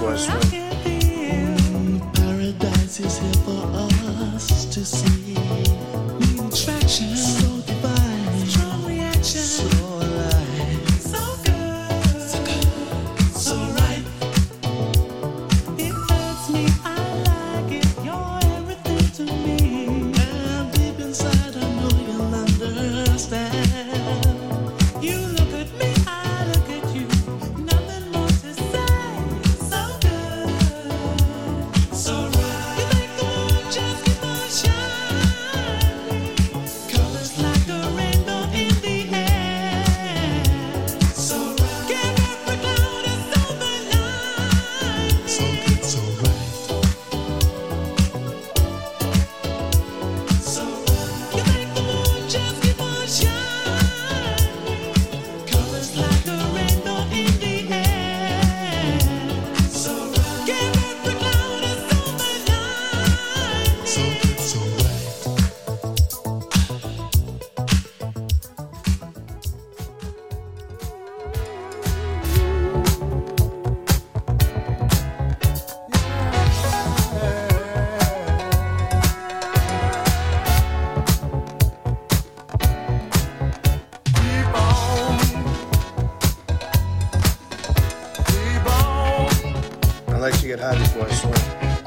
before I swim. Paradise is here for us to see. New attraction, so divine, strong reaction, so alive, so good, so good, so right. It hurts me, I like it. You're everything to me. And deep inside, I know you'll understand. You look at me, I look at you. Nothing more to say. So good, so right. You make the moon just keep on shining. Colors like a rainbow in the air. So right. Give every cloud a silver line. So good, so right. So right. You make the moon just keep on shining. Colors like a rainbow in the air. So right. Give every cloud a silver line. So good, so right. I like to get high before I swim.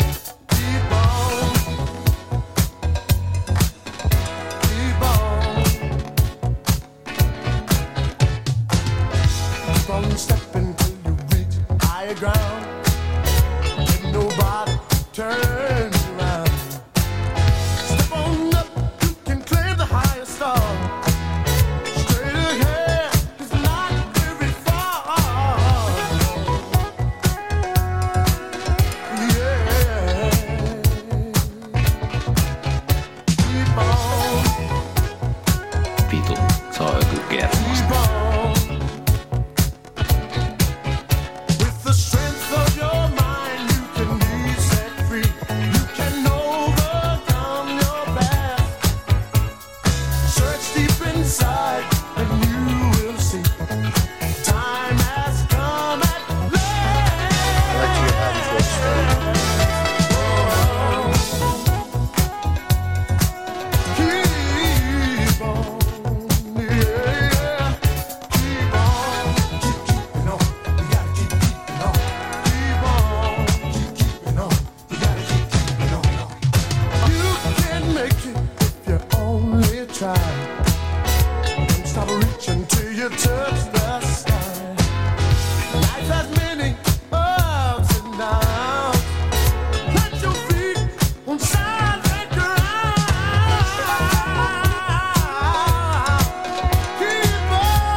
Keep on stepping till you reach higher ground. Let nobody turn you around. Step on up, you can claim the highest star. Straight ahead, it's not very far. Yeah. Keep on, Vitu, se on joku kermasta. keep on. With the strength of your mind, you can be set free. You can overcome your past. Search deep inside, and you will see. Time has come at I like to get high before I swim. Keep on, yeah. Keep on, keep keeping on. You gotta keep keeping on. Keep on, keep keeping on. You gotta keep keeping on. You can make it if you only try. Don't stop reaching till you touch the sky. Life has many ups and downs. Plant your feet on solid ground. Keep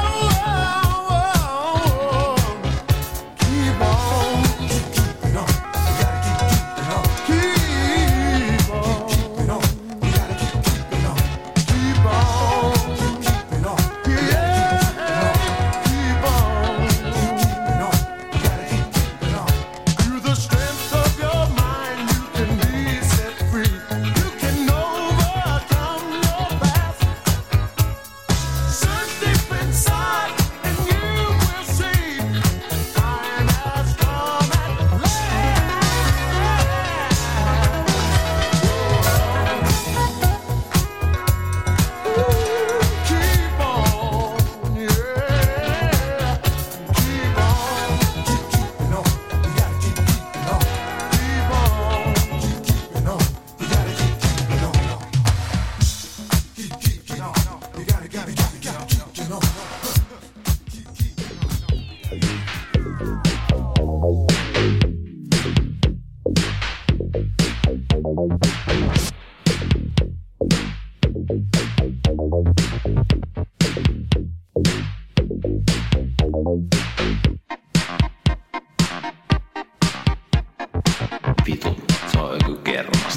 on, keep keeping on. You gotta keep keeping on. Keep on, you gotta keep keeping on. Keep on, keep keeping on. Yeah, keep on, keep keeping on. You gotta keep keeping on. Through the strength of your mind, you can be set free. You can overcome your past. Search deep inside, and you will see. Time has come at last. Keep on, yeah. Keep on, keep keeping on. You gotta keep keeping on. Keep on, keep keeping on. You gotta keep keeping on. Keep keeping on. You gotta keep on. Vitu, se on joku kermasta.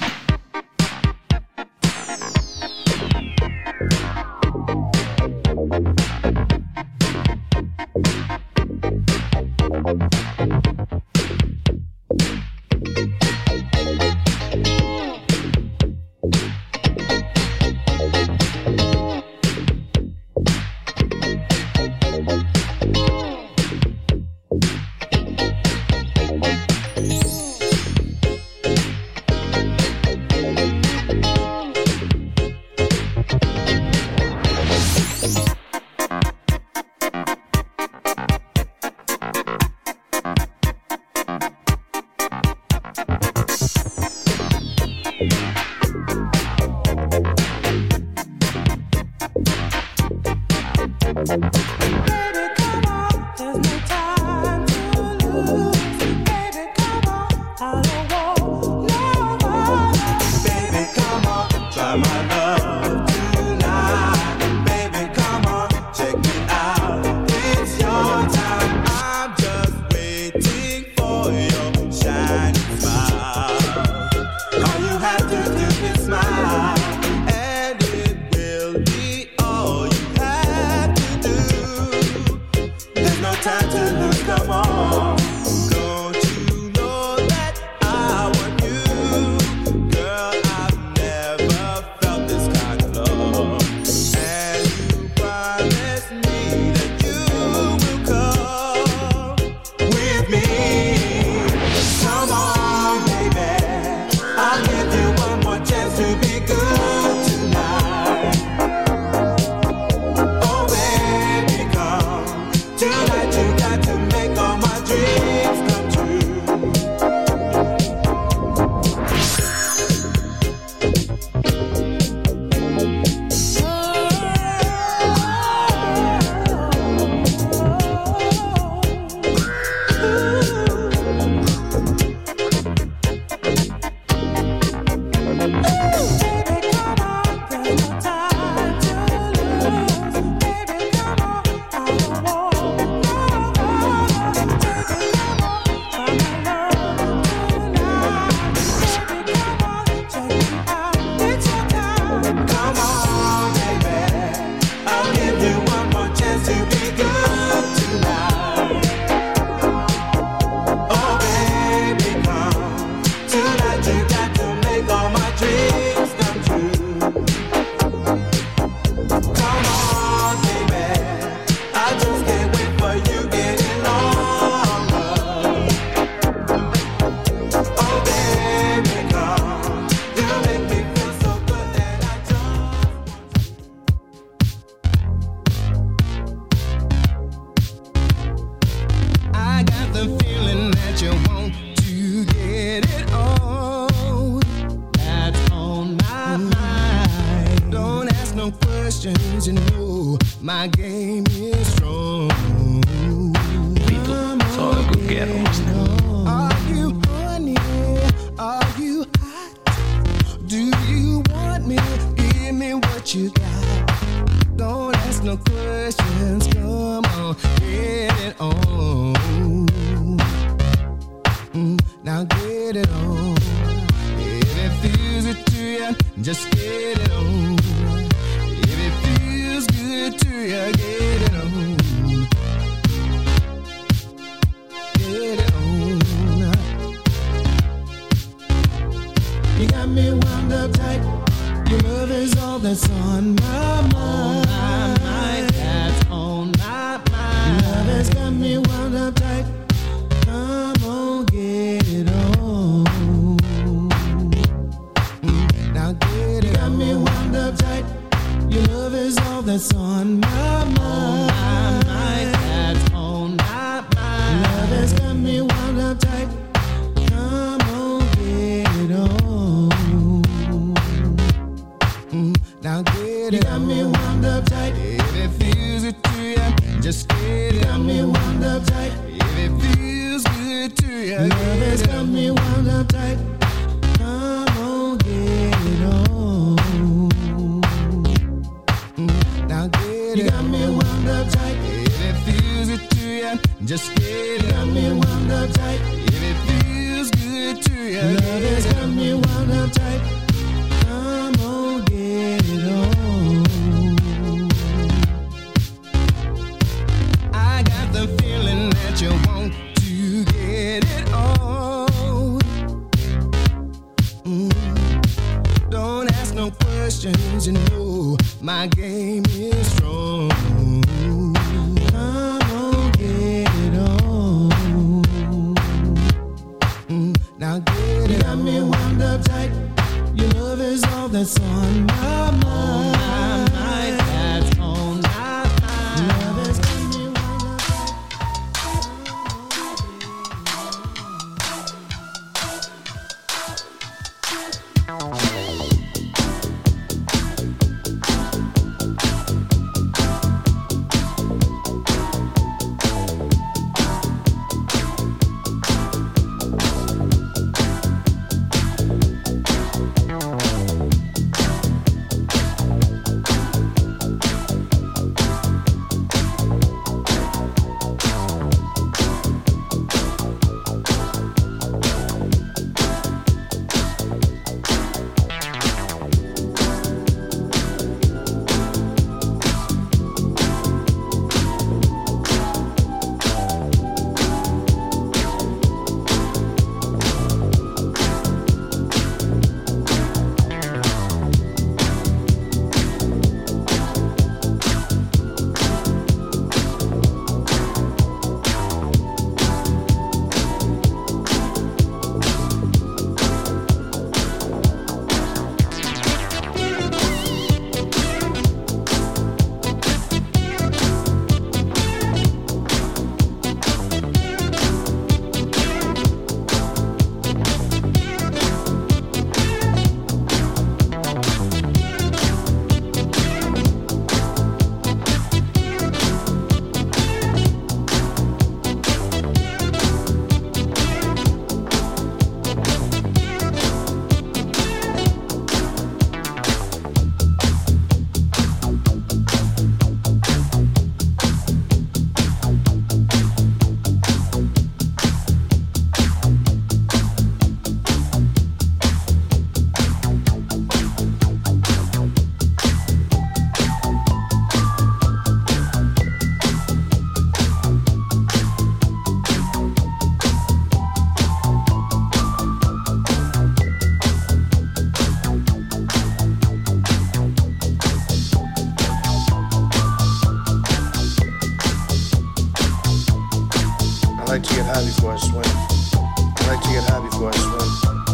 like to get high before I swim. I like to get high before I swim.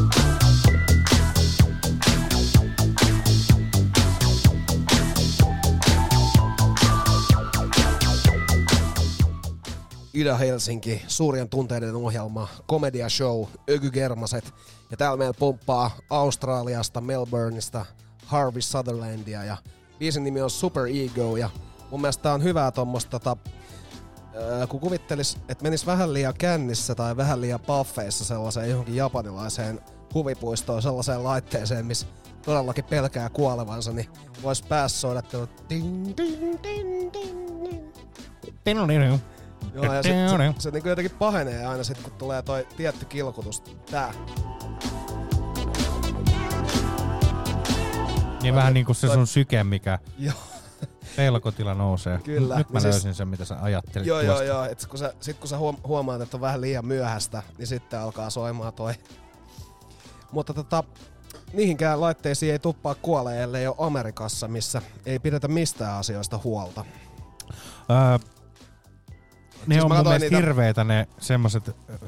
Ida-Helsinki, suurien tunteiden ohjelma, komedia show, Öky Germaset. Ja täällä meillä pomppaa Australiasta, Melbourneista, Harvey Sutherlandia ja biisin nimi on Super Ego. Ja mun mielestä tää on hyvää tommoista kun kuvittelis, että menis vähän liian kännissä tai vähän liian paffeissa sellaiseen johonkin japanilaiseen huvipuistoon, sellaiseen laitteeseen, missä todellakin pelkää kuolevansa, niin vois päässä ding ding ding ding. Joo, ja se niinku jotenkin pahenee aina sit, kun tulee toi tietty kilkutus. Tää. Niin vähän niinku se sun syke, mikä pelkotila nousee. Kyllä. Nyt mä löysin sen, mitä sä ajattelit tuosta. Joo. Et kun sä huomaat, että on vähän liian myöhäistä, niin sitten alkaa soimaan toi. Mutta niihinkään laitteisiin ei tuppaa kuolee, ellei ole Amerikassa, missä ei pidetä mistään asioista huolta. Ne siis on mun mielestä hirveitä ne semmoset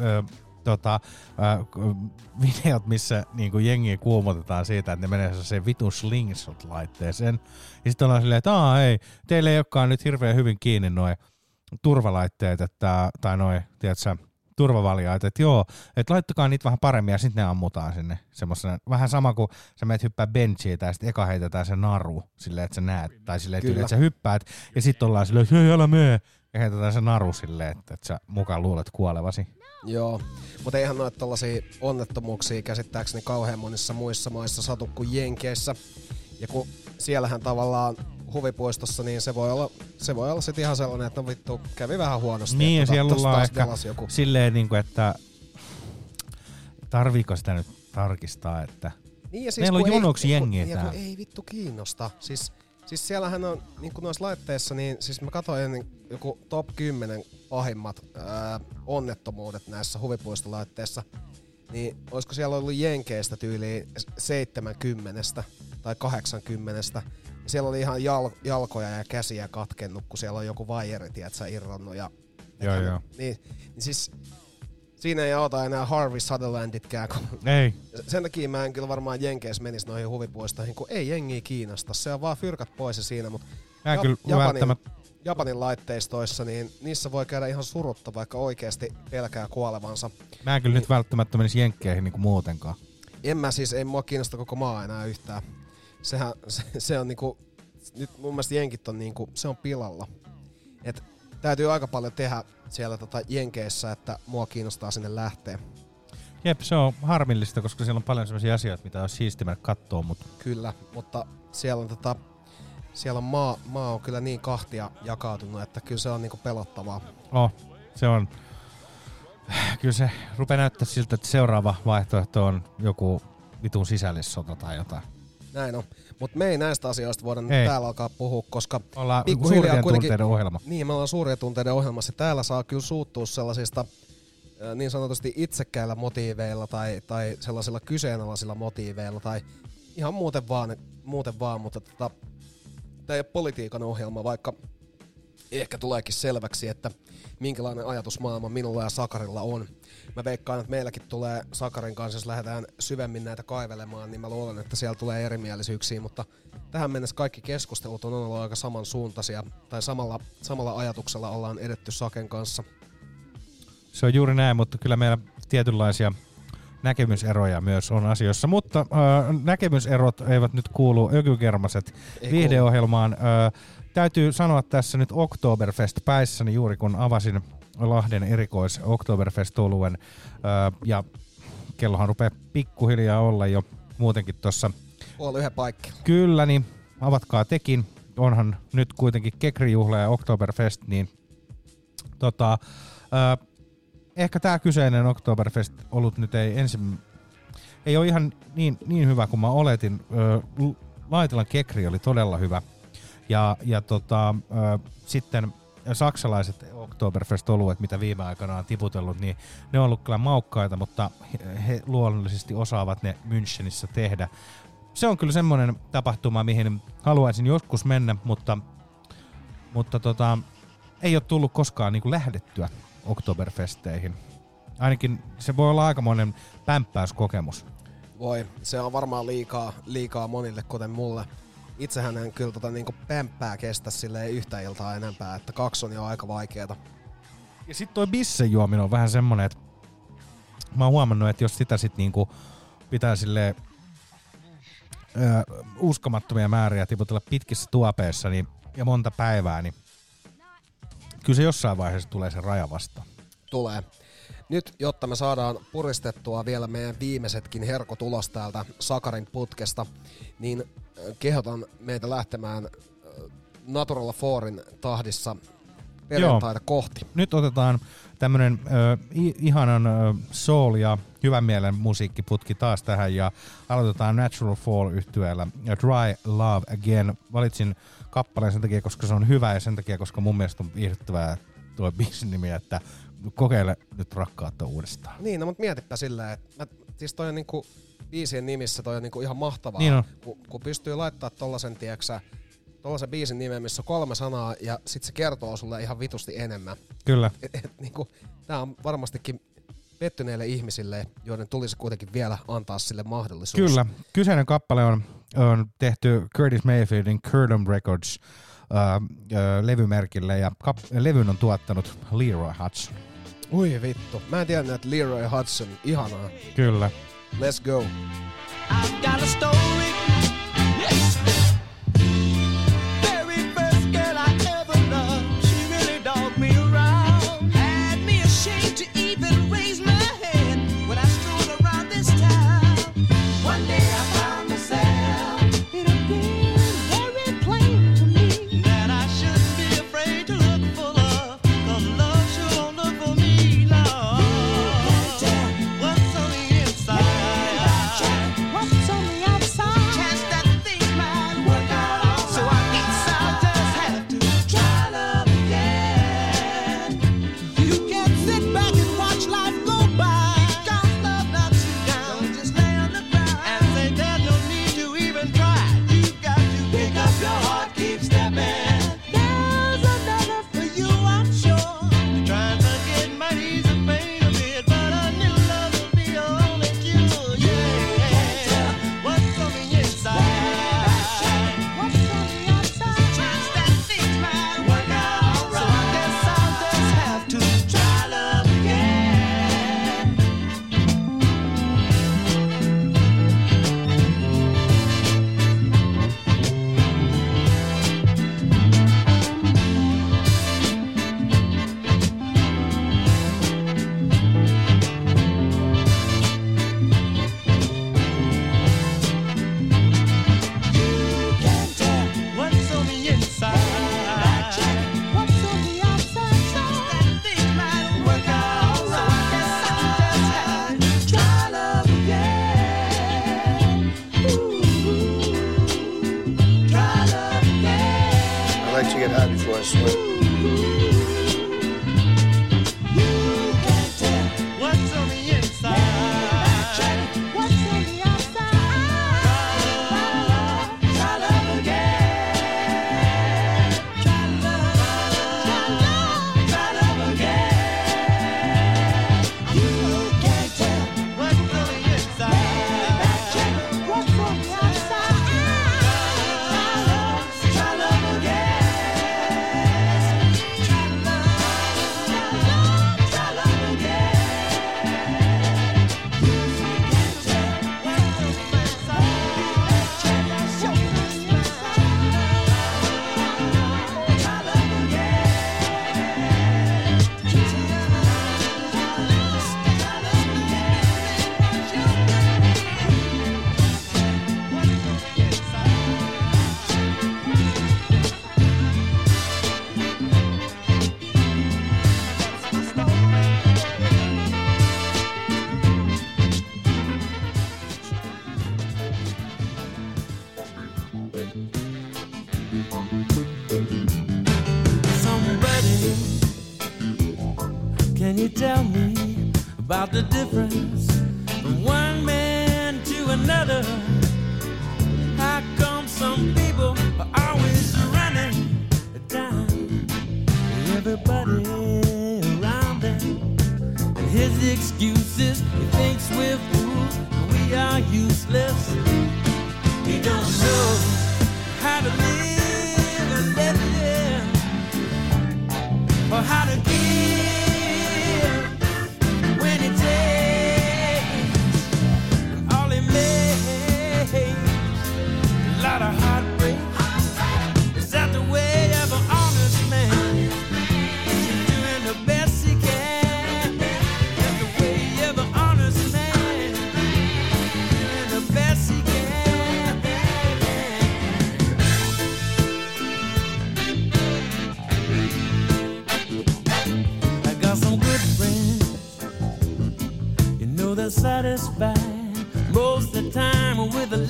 videot, missä niinku jengiä kuumotetaan siitä, että ne menee se vitun slingshot-laitteeseen. Ja sitten ollaan silleen, että ei, teille ei olekaan nyt hirveän hyvin kiinni noi turvalaitteet, tai noi, tiedätkö, turvavaljaat, että joo, että laittakaa niitä vähän paremmin ja sitten ne ammutaan sinne. Semmosena, vähän sama kuin sä menet hyppää benchiä tai sitten eka heitetään se naru silleen, että sä näet, tai silleen, että sä hyppäät ja sitten ollaan silleen, että älä mene. Ja heitetään se naru silleen, että sä mukaan luulet kuolevasi. Joo, mutta eihän noita tollasia onnettomuuksia käsittääkseni kauhean monissa muissa maissa satu kuin Jenkeissä. Ja kun siellähän tavallaan huvipuistossa, niin se voi olla sit ihan sellainen, että no vittu, kävi vähän huonosti. Niin, ja siellä ollaan ehkä silleen, että tarviiko sitä nyt tarkistaa, että niin, siis meillä on jonoksi jengiä täällä. Ei vittu kiinnosta. Siis siellähän on niinku noissa laitteissa, niin siis mä katsoin joku top 10 pahimmat onnettomuudet näissä huvipuistolaitteissa. Niin olisiko siellä ollut Jenkeistä tyyliin 70 tai 80. Ja siellä oli ihan jalkoja ja käsiä katkennut, kun siellä on joku vaijeri, tiedätkö, irronnut. Joo. Niin siis siinä ei auta enää Harvey Sutherlanditkään. Ei. Sen takia mä en kyllä varmaan Jenkeissä menisi noihin huvipuistoihin, kun ei jengiä kiinnosta. Se on vaan fyrkat pois ja siinä, mutta Japanin laitteistoissa, niin niissä voi käydä ihan surutta, vaikka oikeasti pelkää kuolevansa. Mä en kyllä nyt välttämättä menisi jenkkeihin niinku muutenkaan. Ei mua kiinnosta koko maa enää yhtään. Se on niinku, nyt mun mielestä jenkit on niinku, se on pilalla. Et täytyy aika paljon tehdä siellä Jenkeissä, että mua kiinnostaa sinne lähteä. Jep, se on harmillista, koska siellä on paljon sellaisia asioita, mitä on siistimään kattoo. Kyllä, mutta siellä on maa on kyllä niin kahtia jakautunut, että kyllä se on niinku pelottavaa. Se on. Kyllä se rupeaa näyttää siltä, että seuraava vaihtoehto on joku vitun sisällissota tai jotain. Näin on. Mutta me ei näistä asioista voida nyt täällä alkaa puhua, koska ollaan suurien tunteiden ohjelma. Niin, me ollaan suurien tunteiden ohjelmassa. Täällä saa kyllä suuttua sellaisista niin sanotusti itsekkäillä motiiveilla tai sellaisilla kyseenalaisilla motiiveilla tai ihan muuten vaan, mutta tämä ei ole politiikan ohjelma, vaikka ehkä tuleekin selväksi, että minkälainen ajatusmaailma minulla ja Sakarilla on. Mä veikkaan, että meilläkin tulee Sakarin kanssa, jos lähdetään syvemmin näitä kaivelemaan, niin mä luulen, että siellä tulee erimielisyyksiä, mutta tähän mennessä kaikki keskustelut on ollut aika samansuuntaisia, tai samalla ajatuksella ollaan edetty Saken kanssa. Se on juuri näin, mutta kyllä meillä tietynlaisia näkemyseroja myös on asioissa, mutta näkemyserot eivät nyt kuulu Öky Germaset viihdeohjelmaan. Täytyy sanoa tässä nyt Oktoberfest päissäni juuri kun avasin Lahden erikois Oktoberfest-oluen ja kellohan rupeaa pikkuhiljaa olla jo muutenkin tossa. 1:30 paikki. Kyllä, niin avatkaa tekin. Onhan nyt kuitenkin Kekrijuhla ja Oktoberfest, niin ehkä tää kyseinen Oktoberfest-olut nyt ei ole ihan niin hyvä kuin mä oletin. Laitilan Kekri oli todella hyvä. Ja sitten saksalaiset Oktoberfest-oluet, mitä viime aikana on tiputellut, niin ne on ollut kyllä maukkaita, mutta he luonnollisesti osaavat ne Münchenissä tehdä. Se on kyllä semmoinen tapahtuma, mihin haluaisin joskus mennä, mutta ei ole tullut koskaan niin kuin lähdettyä. Oktoberfesteihin. Ainakin se voi olla aikamoinen pämppäyskokemus. Voi, se on varmaan liikaa monille, kuten mulle. Itsehän en kyllä niinku pämppää kestä silleen yhtä iltaa enempää, että 2 on jo aika vaikeeta. Ja sit toi bissen juominen on vähän semmonen, että mä oon huomannut, että jos sitä sit niinku pitää silleen uskomattomia määriä tiputella pitkissä tuopeissa niin, ja monta päivää, niin kyllä se jossain vaiheessa tulee se raja vastaan. Tulee. Nyt, jotta me saadaan puristettua vielä meidän viimeisetkin herkot ulos täältä Sakarin putkesta, niin kehotan meitä lähtemään Natural Fourin tahdissa perjantaita kohti. Nyt otetaan tämmönen ihanan soul ja hyvän mielen musiikkiputki taas tähän ja aloitetaan Natural Fall -yhtyeellä Dry Love Again. Valitsin kappaleen sen takia, koska se on hyvä ja sen takia, koska mun mielestä on viihdyttävää tuo biisin nimi, että kokeile nyt rakkautta uudestaan. Niin, no, mutta mietipä silleen, että siis toi on niinku biisien nimissä toi on niinku ihan mahtavaa, niin kun pystyy laittaa tollasen biisin nimen, missä on 3 sanaa ja sit se kertoo sulle ihan vitusti enemmän. Kyllä. Niinku, tää on varmastikin pettyneille ihmisille, joiden tulisi kuitenkin vielä antaa sille mahdollisuus. Kyllä. Kyseinen kappale on tehty Curtis Mayfieldin Curdom Records levymerkille ja levyn on tuottanut Leroy Hudson. Ui vittu. Mä en tiedä, että Leroy Hudson, ihanaa. Kyllä. Let's go. I've got a story. Yes. Very first girl I ever loved. She really dogged me around. Had me ashamed to even raise my head when I strolled around this town. One day I found myself. It had been very plain to me that I shouldn't be afraid to look for love. 'Cause love sure don't look for me, Lord. You can't tell what's on the inside. What's on the outside? Chance that things might work out. So I guess I'll just have to try love again. You can sit back and watch life go by. 'Cause love knocks you down. Just lay on the ground and say there's no need to even try. You got to pick up your heart, keep stepping. There's another for you, I'm sure. Trying to get my ease of pain a bit, but a new love will be your only cure. Yeah, what's on the inside? What's on the outside? Chance that things might work out. So I guess I'll just have to try love again. You can't tell what's on the inside. What's on the outside? Chance that things might work out. So I guess I'll just have to try love again. Try love again. I like to get high before I swim. You can't tell what's on the inside. What's on the outside? Try love again. Try love again. You can't tell what's on the inside. What's on the outside? Try love again. Try love again. You can't tell what's on the inside. Show me try love Somebody, can you tell me about the difference from one man to another? How come some people are always running down everybody around them? excuses. He thinks we're fools, we are useless. He don't know how to live and let live, or how to give when he takes. And all he makes a lot of heartbreak. Is that the way of an honest man? He's doing the best he can. That's the way of an honest man. Doing the best he can. I got some good friends, you know they're satisfied most of the time with a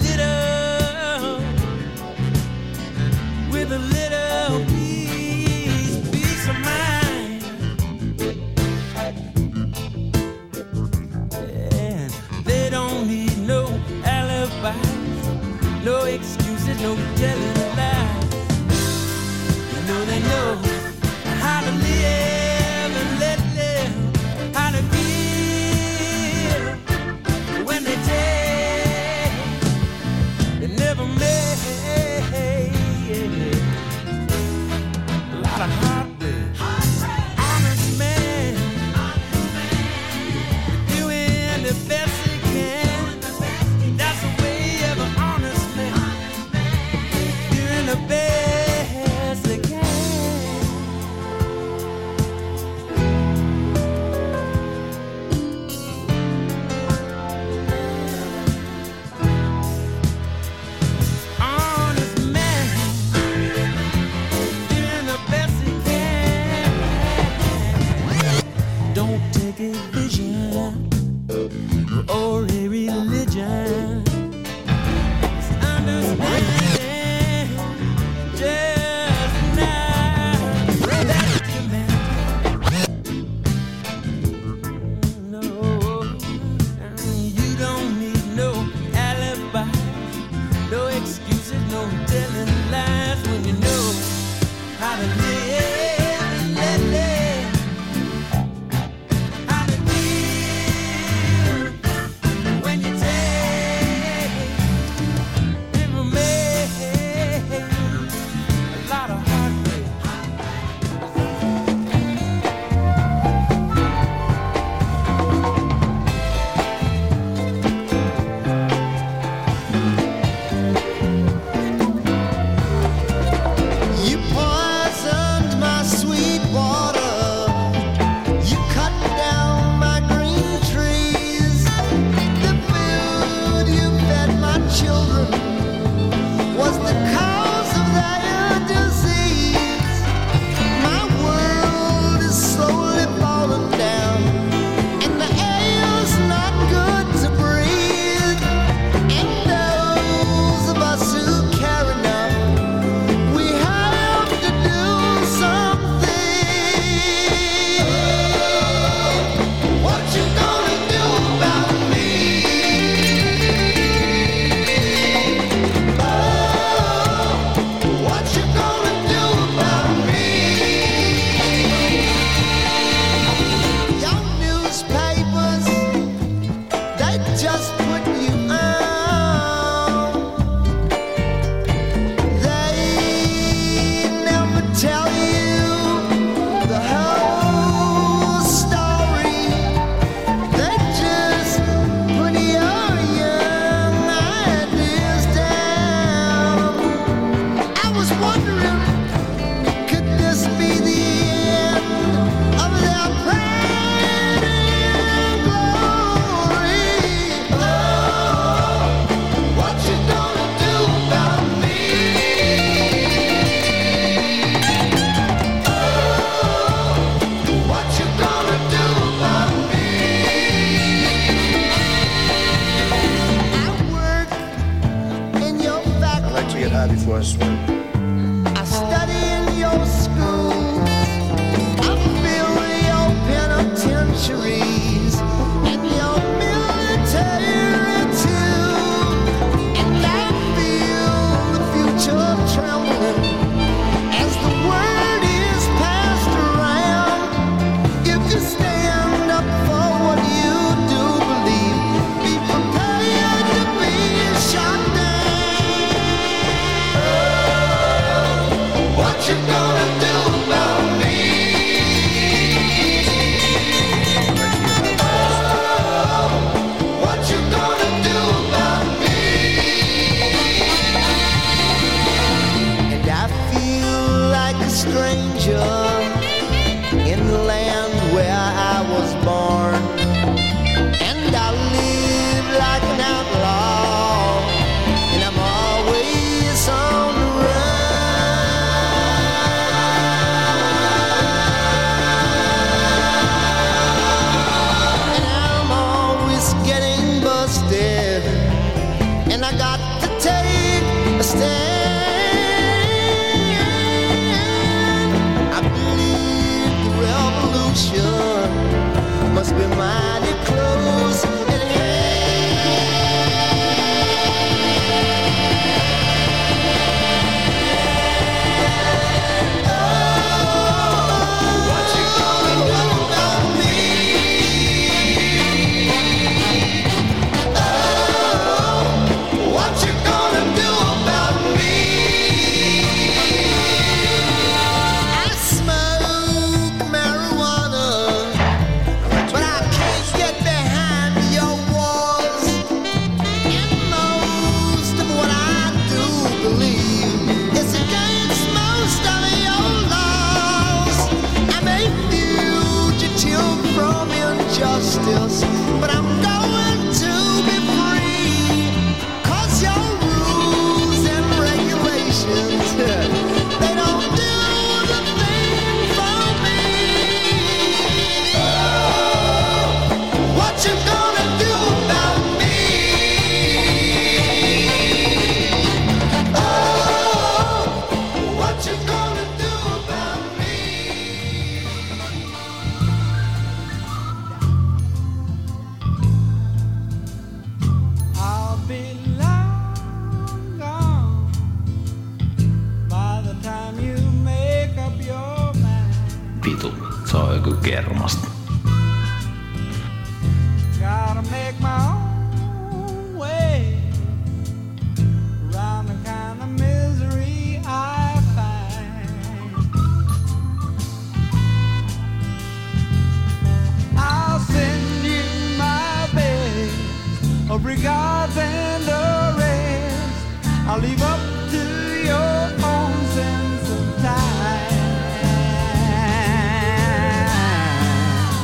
little peace of mind. And they don't need no alibis, no excuses, no telling lies. You know they know how to live and let live, how to give when they take. They never make you gonna do about me? What you gonna do about me? And I feel like a stranger in the land where I was born, and I live like an outlaw, and I'm always on the run, and I'm always getting busted, and I got to take a stand. I believe the revolution must be mighty close at hand. Oh, what you gonna do about me? Oh, what you gonna do about me? I smoke marijuana, but I can't get behind your walls. And most of what I do believe is against most of your laws. I'm a fugitive from injustice, but I'm going to be free. 'Cause your rules and regulations, they don't do the thing for me. What you gonna do about me? Oh, what you gonna do about me? I'll be long gone by the time you make up your mind. Vitu, se on joku kermasta. Gotta make my own way around the kind of misery I find. I'll send you my best of regards and a rest. I'll leave up to your own sense of time.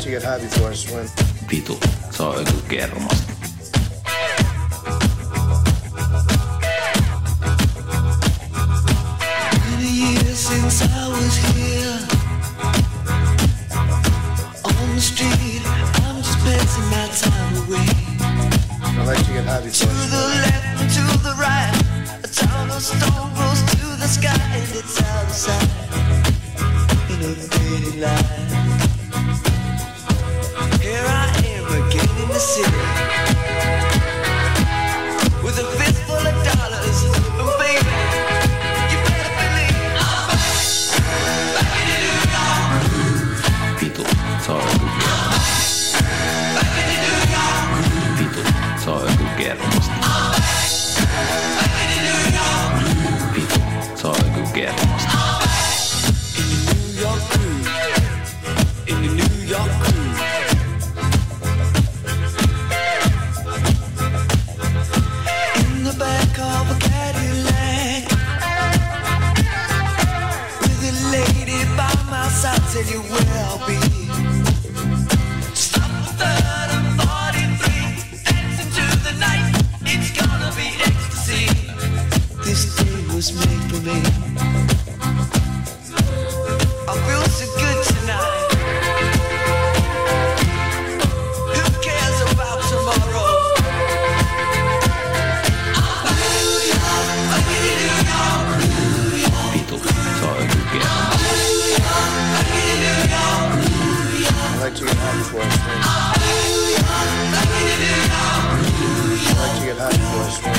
to get high before I swim. Vitu, se on joku kermasta. Been a year since I was here on the street. I'm just passing my time away. I like to get high before I To the swim. left and to the right, a town of stone rose to the sky, and it's out of sight in a pretty light. Here I am again in the city with a fistful of dollars, and baby, you better believe I'm back in New York. Vitu, se on joku kermasta. Back in New York. Vitu, se on joku kermasta. Back in New York. Vitu, se on joku kermasta. New York crew, in the New York crew. In the back of a Cadillac, with a lady by my side, tell you where I'll be. Stop the 3rd and 43, dancing to the night. It's gonna be ecstasy. This day was made for me. I feel so good tonight. Who cares about tomorrow? Vitu, se on joku kermasta. I like to get high before I swim. I like to get high before I swim.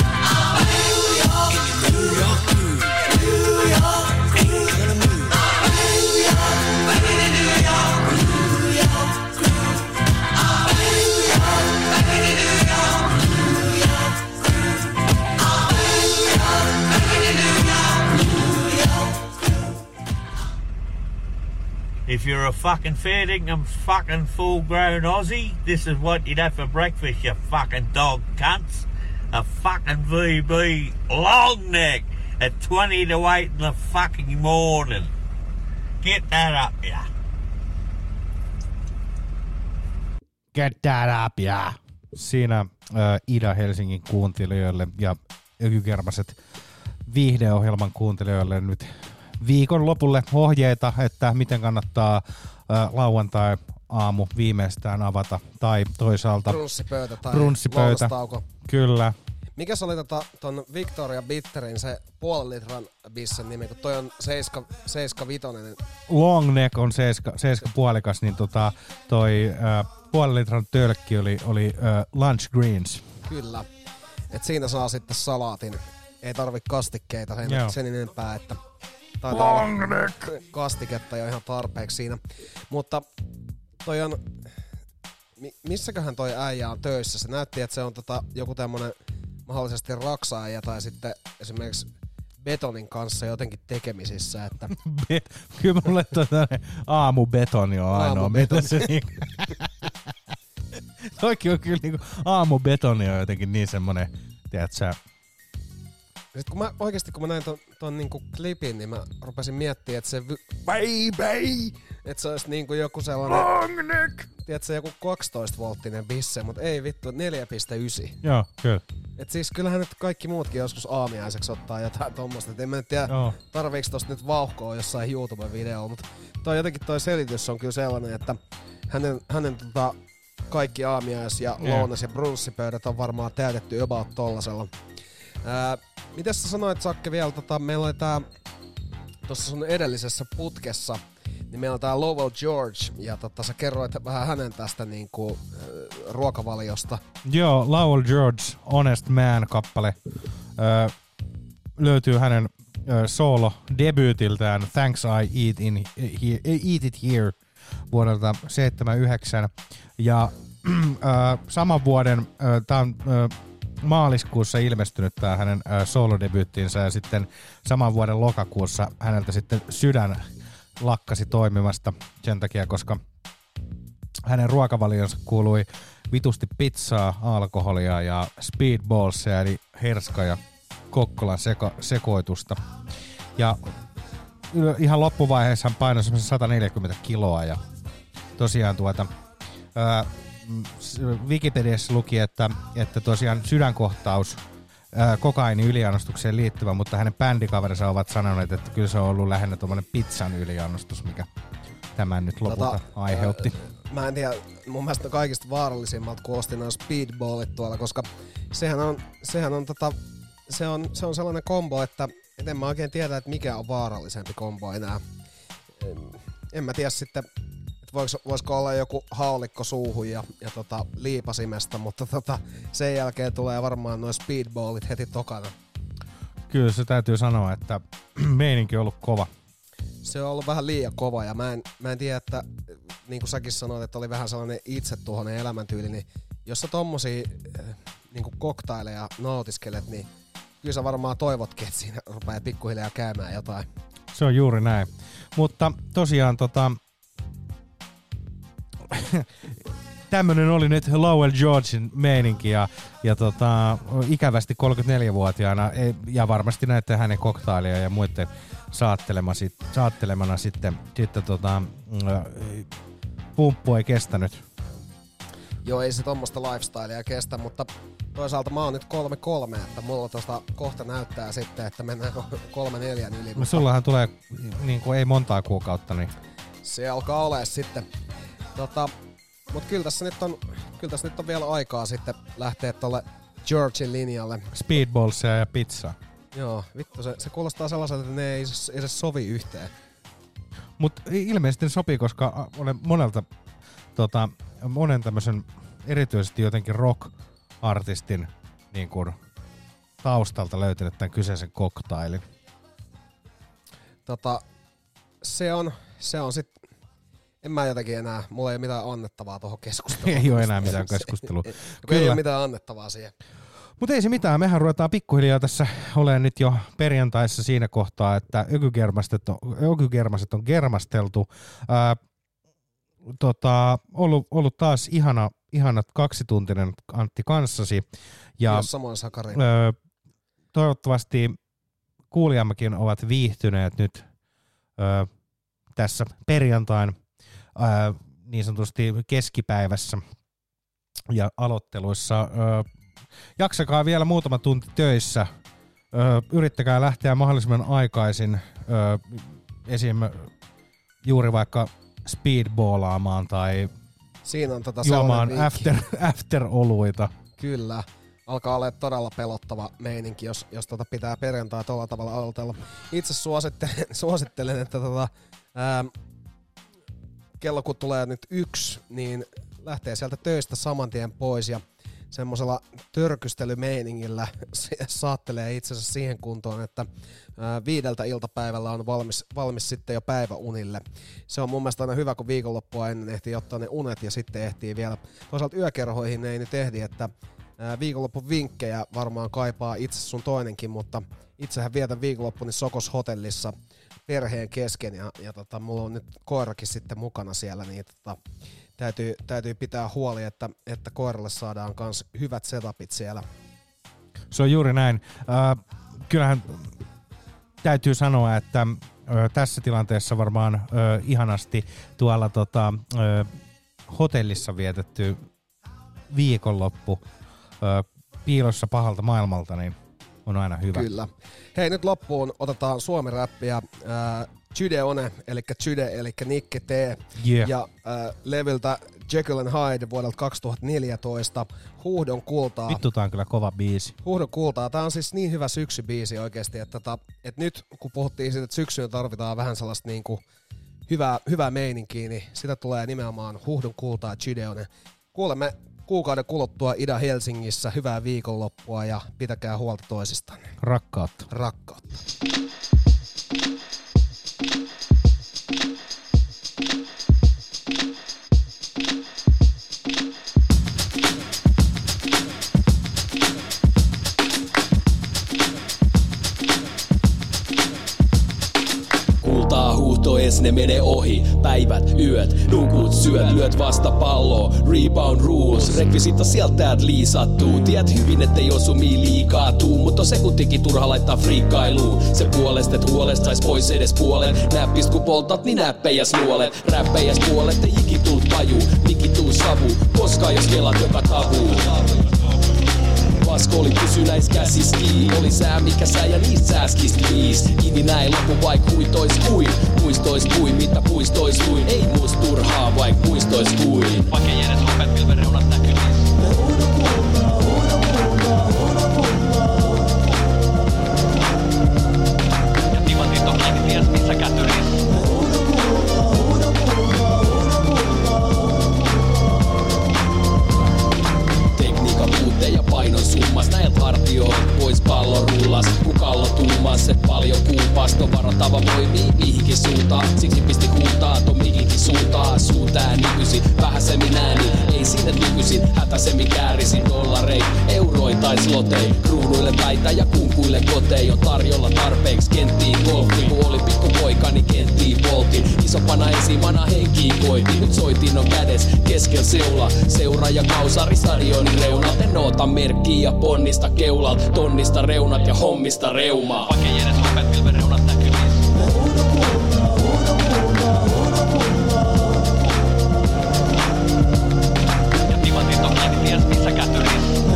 New York crew, New York ain't gonna move. Back in New York, New York crew. Back in New York, New York crew. Back in New York, New York. If you're a fucking fair dinkum fucking full-grown Aussie, this is what you'd have for breakfast, you fucking dog cunts. A fucking VB long neck at 20 to 8 in the fucking morning. Get that up, yeah. Get that up, yeah. Siinä Ida-Helsingin kuuntelijoille ja ökykermaset viihdeohjelman kuuntelijoille nyt viikon lopulle ohjeita, että miten kannattaa lauantai-aamu viimeistään avata. Tai toisaalta Brunssipöytä tai brunssipöytä. lounastauko. Kyllä. Mikäs oli ton Victoria Bitterin se 0,5 litran bissen nimi, kun toi on 7,5. Long neck on 7,5, niin toi 0,5 litran tölkki oli lunch greens. Kyllä. Et siinä saa sitten salaatin. Ei tarvi kastikkeita sen enempää, että taitaa olla kastiketta jo ihan tarpeeksi siinä. Mutta toi on... Missäköhän toi äijä on töissä? Se näytti, että se on joku tämmönen mahdollisesti raksaäijä tai sitten esimerkiksi betonin kanssa jotenkin tekemisissä, että... Kyllä mulle aamubetoni on ainoa, mitä se niinku... Toikin on kyllä niinku aamubetoni on jotenkin niin semmonen, tiedätkö? Sitten kun mä näin ton niinku klipin, niin mä rupesin miettimään, että se baby! Että se olisi niinku joku sellainen... Long neck! Tiedätkö, joku 12-volttinen bisse, mutta ei vittu, 4,9. Joo, kyllä. Et siis kyllähän nyt kaikki muutkin joskus aamiaiseksi ottaa jotain tommoista. Et en mä tiedä, tarviiks tosta nyt vauhkoa jossain YouTube-videolla, mutta toi selitys on kyllä sellainen, että hänen kaikki aamiais- ja lounas- ja brunssipöydät on varmaan täytetty about tollasella. Mitäs sä sanoit, Sakke, vielä? Meillä oli tuossa sun edellisessä putkessa, niin meillä on tää Lowell George, ja sä kerroit vähän hänen tästä niinku, ruokavaliosta. Joo, Lowell George, Honest Man-kappale, löytyy hänen solo-debyytiltään Thanks I Eat It Here vuodelta 79. Ja saman vuoden, tää on maaliskuussa ilmestynyt tää hänen solo-debyyttinsä, ja sitten saman vuoden lokakuussa häneltä sitten sydän lakkasi toimimasta sen takia, koska hänen ruokavalionsa kuului vitusti pizzaa, alkoholia ja speedballsia, eli herska ja kokkolan sekoitusta. Ja ihan loppuvaiheessa hän painoi semmoisen 140 kiloa, ja tosiaan Wikipediassa luki, että tosiaan sydänkohtaus kokaini yliannostukseen liittyvä, mutta hänen bändikaverinsa ovat sanoneet, että kyllä se on ollut lähinnä tuommoinen pizzan yliannostus, mikä tämän nyt lopulta aiheutti. Mä en tiedä, mun mielestä kaikista vaarallisimmalta kuulosti noin speedballit tuolla, koska se on sellainen kombo, että en mä oikein tiedä, että mikä on vaarallisempi kombo enää. En mä tiedä sitten, että voisiko olla joku haulikko suuhun ja liipasimesta, mutta sen jälkeen tulee varmaan noin speedballit heti tokana. Kyllä se täytyy sanoa, että meininki on ollut kova. Se on ollut vähän liian kova ja mä en tiedä, että niin kuin säkin sanoit, että oli vähän sellainen itsetuhoinen elämäntyyli, niin jos sä tommosia niin kuin koktaileja nautiskelet, niin kyllä sä varmaan toivotkin, että siinä rupeaa pikkuhiljaa käymään jotain. Se on juuri näin. Mutta tosiaan tämmönen oli nyt Lowell Georgein meininki ja ikävästi 34-vuotiaana ja varmasti näette hänen koktailia ja muiden saattelemana sitten pumppu ei kestänyt. Joo, ei se tommoista lifestylea kestä, mutta toisaalta mä oon nyt 3-3, että mulla tosta kohta näyttää sitten, että mennään 3-4 yli. No sullahan tulee niin kuin ei montaa kuukautta, niin se alkaa olemaan sitten. Mutta kyllä tässä nyt on vielä aikaa sitten lähteä tolle Georgein linjalle. Speedballsia ja pizza. Joo, vittu se kuulostaa sellaiselta, että ne ei se sovi yhteen. Mut ilmeisesti ne sopii, koska olen monen tämmösen erityisesti jotenkin rock-artistin niin kuin taustalta löytänyt tämän kyseisen koktailin. Se on sit, en mä jotenkin enää, mulla ei ole mitään annettavaa tuohon keskusteluun. Ei ole enää mitään keskustelua. Kyllä. Ei ole mitään annettavaa siihen. Mutta ei se mitään, mehän ruvetaan pikkuhiljaa tässä olemaan nyt jo perjantaissa siinä kohtaa, että ökygermaset on germasteltu. Ollut taas ihana 2-tuntinen Antti kanssasi. Ja samoin Sakari. Toivottavasti kuulijammekin ovat viihtyneet nyt tässä perjantain niin sanotusti keskipäivässä ja aloitteluissa. Jaksakaa vielä muutama tunti töissä. Yrittäkää lähteä mahdollisimman aikaisin esim. Juuri vaikka speedballaamaan tai siinä on juomaan after-oluita. Kyllä. Alkaa olla todella pelottava meininki, jos pitää perjantai tuolla tavalla aloitella. Itse suosittelen että kello kun tulee nyt 1, niin lähtee sieltä töistä saman tien pois ja semmosella törkystelymeiningillä saattelee itsensä siihen kuntoon, että 5 iltapäivällä on valmis sitten jo päiväunille. Se on mun mielestä aina hyvä, kun viikonloppua ennen ehtii ottaa ne unet ja sitten ehtii vielä. Toisaalta yökerhoihin ei nyt ehdi, että viikonloppun vinkkejä varmaan kaipaa itse sun toinenkin, mutta itsehän vietän viikonloppuni Sokos hotellissa perheen kesken ja mulla on nyt koirakin sitten mukana siellä, niin täytyy pitää huoli, että koiralle saadaan kans hyvät setupit siellä. Se on juuri näin. Kyllähän täytyy sanoa, että tässä tilanteessa varmaan ihanasti tuolla hotellissa vietetty viikonloppu piilossa pahalta maailmalta, niin on aina hyvä. Kyllä. Hei, nyt loppuun otetaan suomi-räppiä. Chyde eli Nikke T. Yeah. Ja levyltä Jekyll and Hyde vuodelta 2014. Huuhdon kultaa. Vittu, tää on kyllä kova biisi. Huuhdon kultaa. Tää on siis niin hyvä syksybiisi oikeesti, että nyt kun puhuttiin siitä, että syksyyn tarvitaan vähän sellaista niinku hyvää meininkiä, niin sitä tulee nimenomaan Huuhdon kultaa Chyde. Kuulemme kuukauden kuluttua Ida-Helsingissä. Hyvää viikonloppua ja pitäkää huolta toisistanne. Rakkautta. Rakkautta. Huuhto ees ne menee ohi, päivät, yöt, nukut, syöt, lyöt vasta palloa, rebound rules, rekvisita sieltä täältä liisattuu, tiedät hyvin ettei osumii liikaa tuu, mut sekuntikin turha laittaa friikkailuun. Se puolesta, et huolestais pois edes puolen. Näppist kun poltat, niin näppejäs nuolet. Räppejäs puolet, ei ikituu taju, mikituu savu. Koskaan jos kelat joka tavuu. Pasko oli pysy näis käsis kiinni. Oli sää mikä sää ja niistä sääskist viis. Kiinni näin lopu vaik huitois kuin. Muistois kuin mitä puistois luin. Ei muist turhaa vaik muistois kuin. Vaik ei edes lopet pilven reunat näkyviin. Ja timantit on kiinni ties missä kätyris. Ja painon summas näiltä hartioit pois pallon rullas. Kun kallo tuumas, et paljon kuupas. Ton varoittava voimii mihinkin suuntaan. Siksi pisti huutaa ton mihinkin suuntaan. Suutää nykyisin, vähäsemmin ääni. Ei sinne nykyisin, hätäsemmin käärisin dollareit. Euroin tai slotei, kruunuille päitä ja kunkuille kotei. On tarjolla tarpeeksi kenttiin golfi. Kun oli pikkupoikani kenttiin poltin. Isopana esimana henkiin koitin. Nyt soitin on kädes keskel seula. Seuraaja kausari stadionin reunalta. Noota merkkiä ja ponnista keulalt. Tonnista reunat ja hommista reumaa. Vaik ei edes lopet pilven reunat näkyviin. Ja timantit on kiinni ties missä kätyris.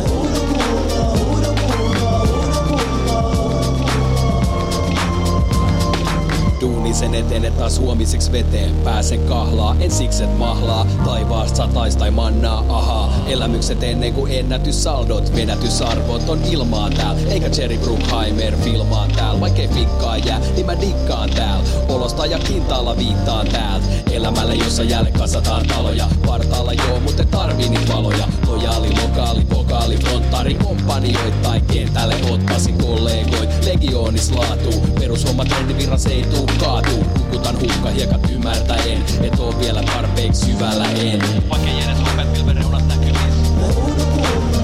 Duuni sen eteen, et taas huomiseksi veteen. Pääsen kahlaa, en siksi et mahlaa. Taivaasta satais tai mannaa, ahaa. Elämykset ennen kuin ennätyssaldot. Venätysarvot on ilmaa tääl. Eikä Jerry Bruckheimer filmaa tääl. Vaikkei fikkaa jää, niin mä dikkaan tääl. Olosta ja kintaalla viittaan täältä. Elämälle jossa jälle kasataan taloja. Partaalla joo, mut et tarvii niit valoja. Lojaali, lokaali, vokaali, fronttari, kompanioit tai kentälle ottaisin kollegoit. Legioonis laatuu, perushomma trendivirras ei tuu kaatuu. Kukutan hukkahiekat ymmärtäen, et oo vielä tarpeeksi syvällä en. Vaik ei edes lopet pilven reunat näkyviin.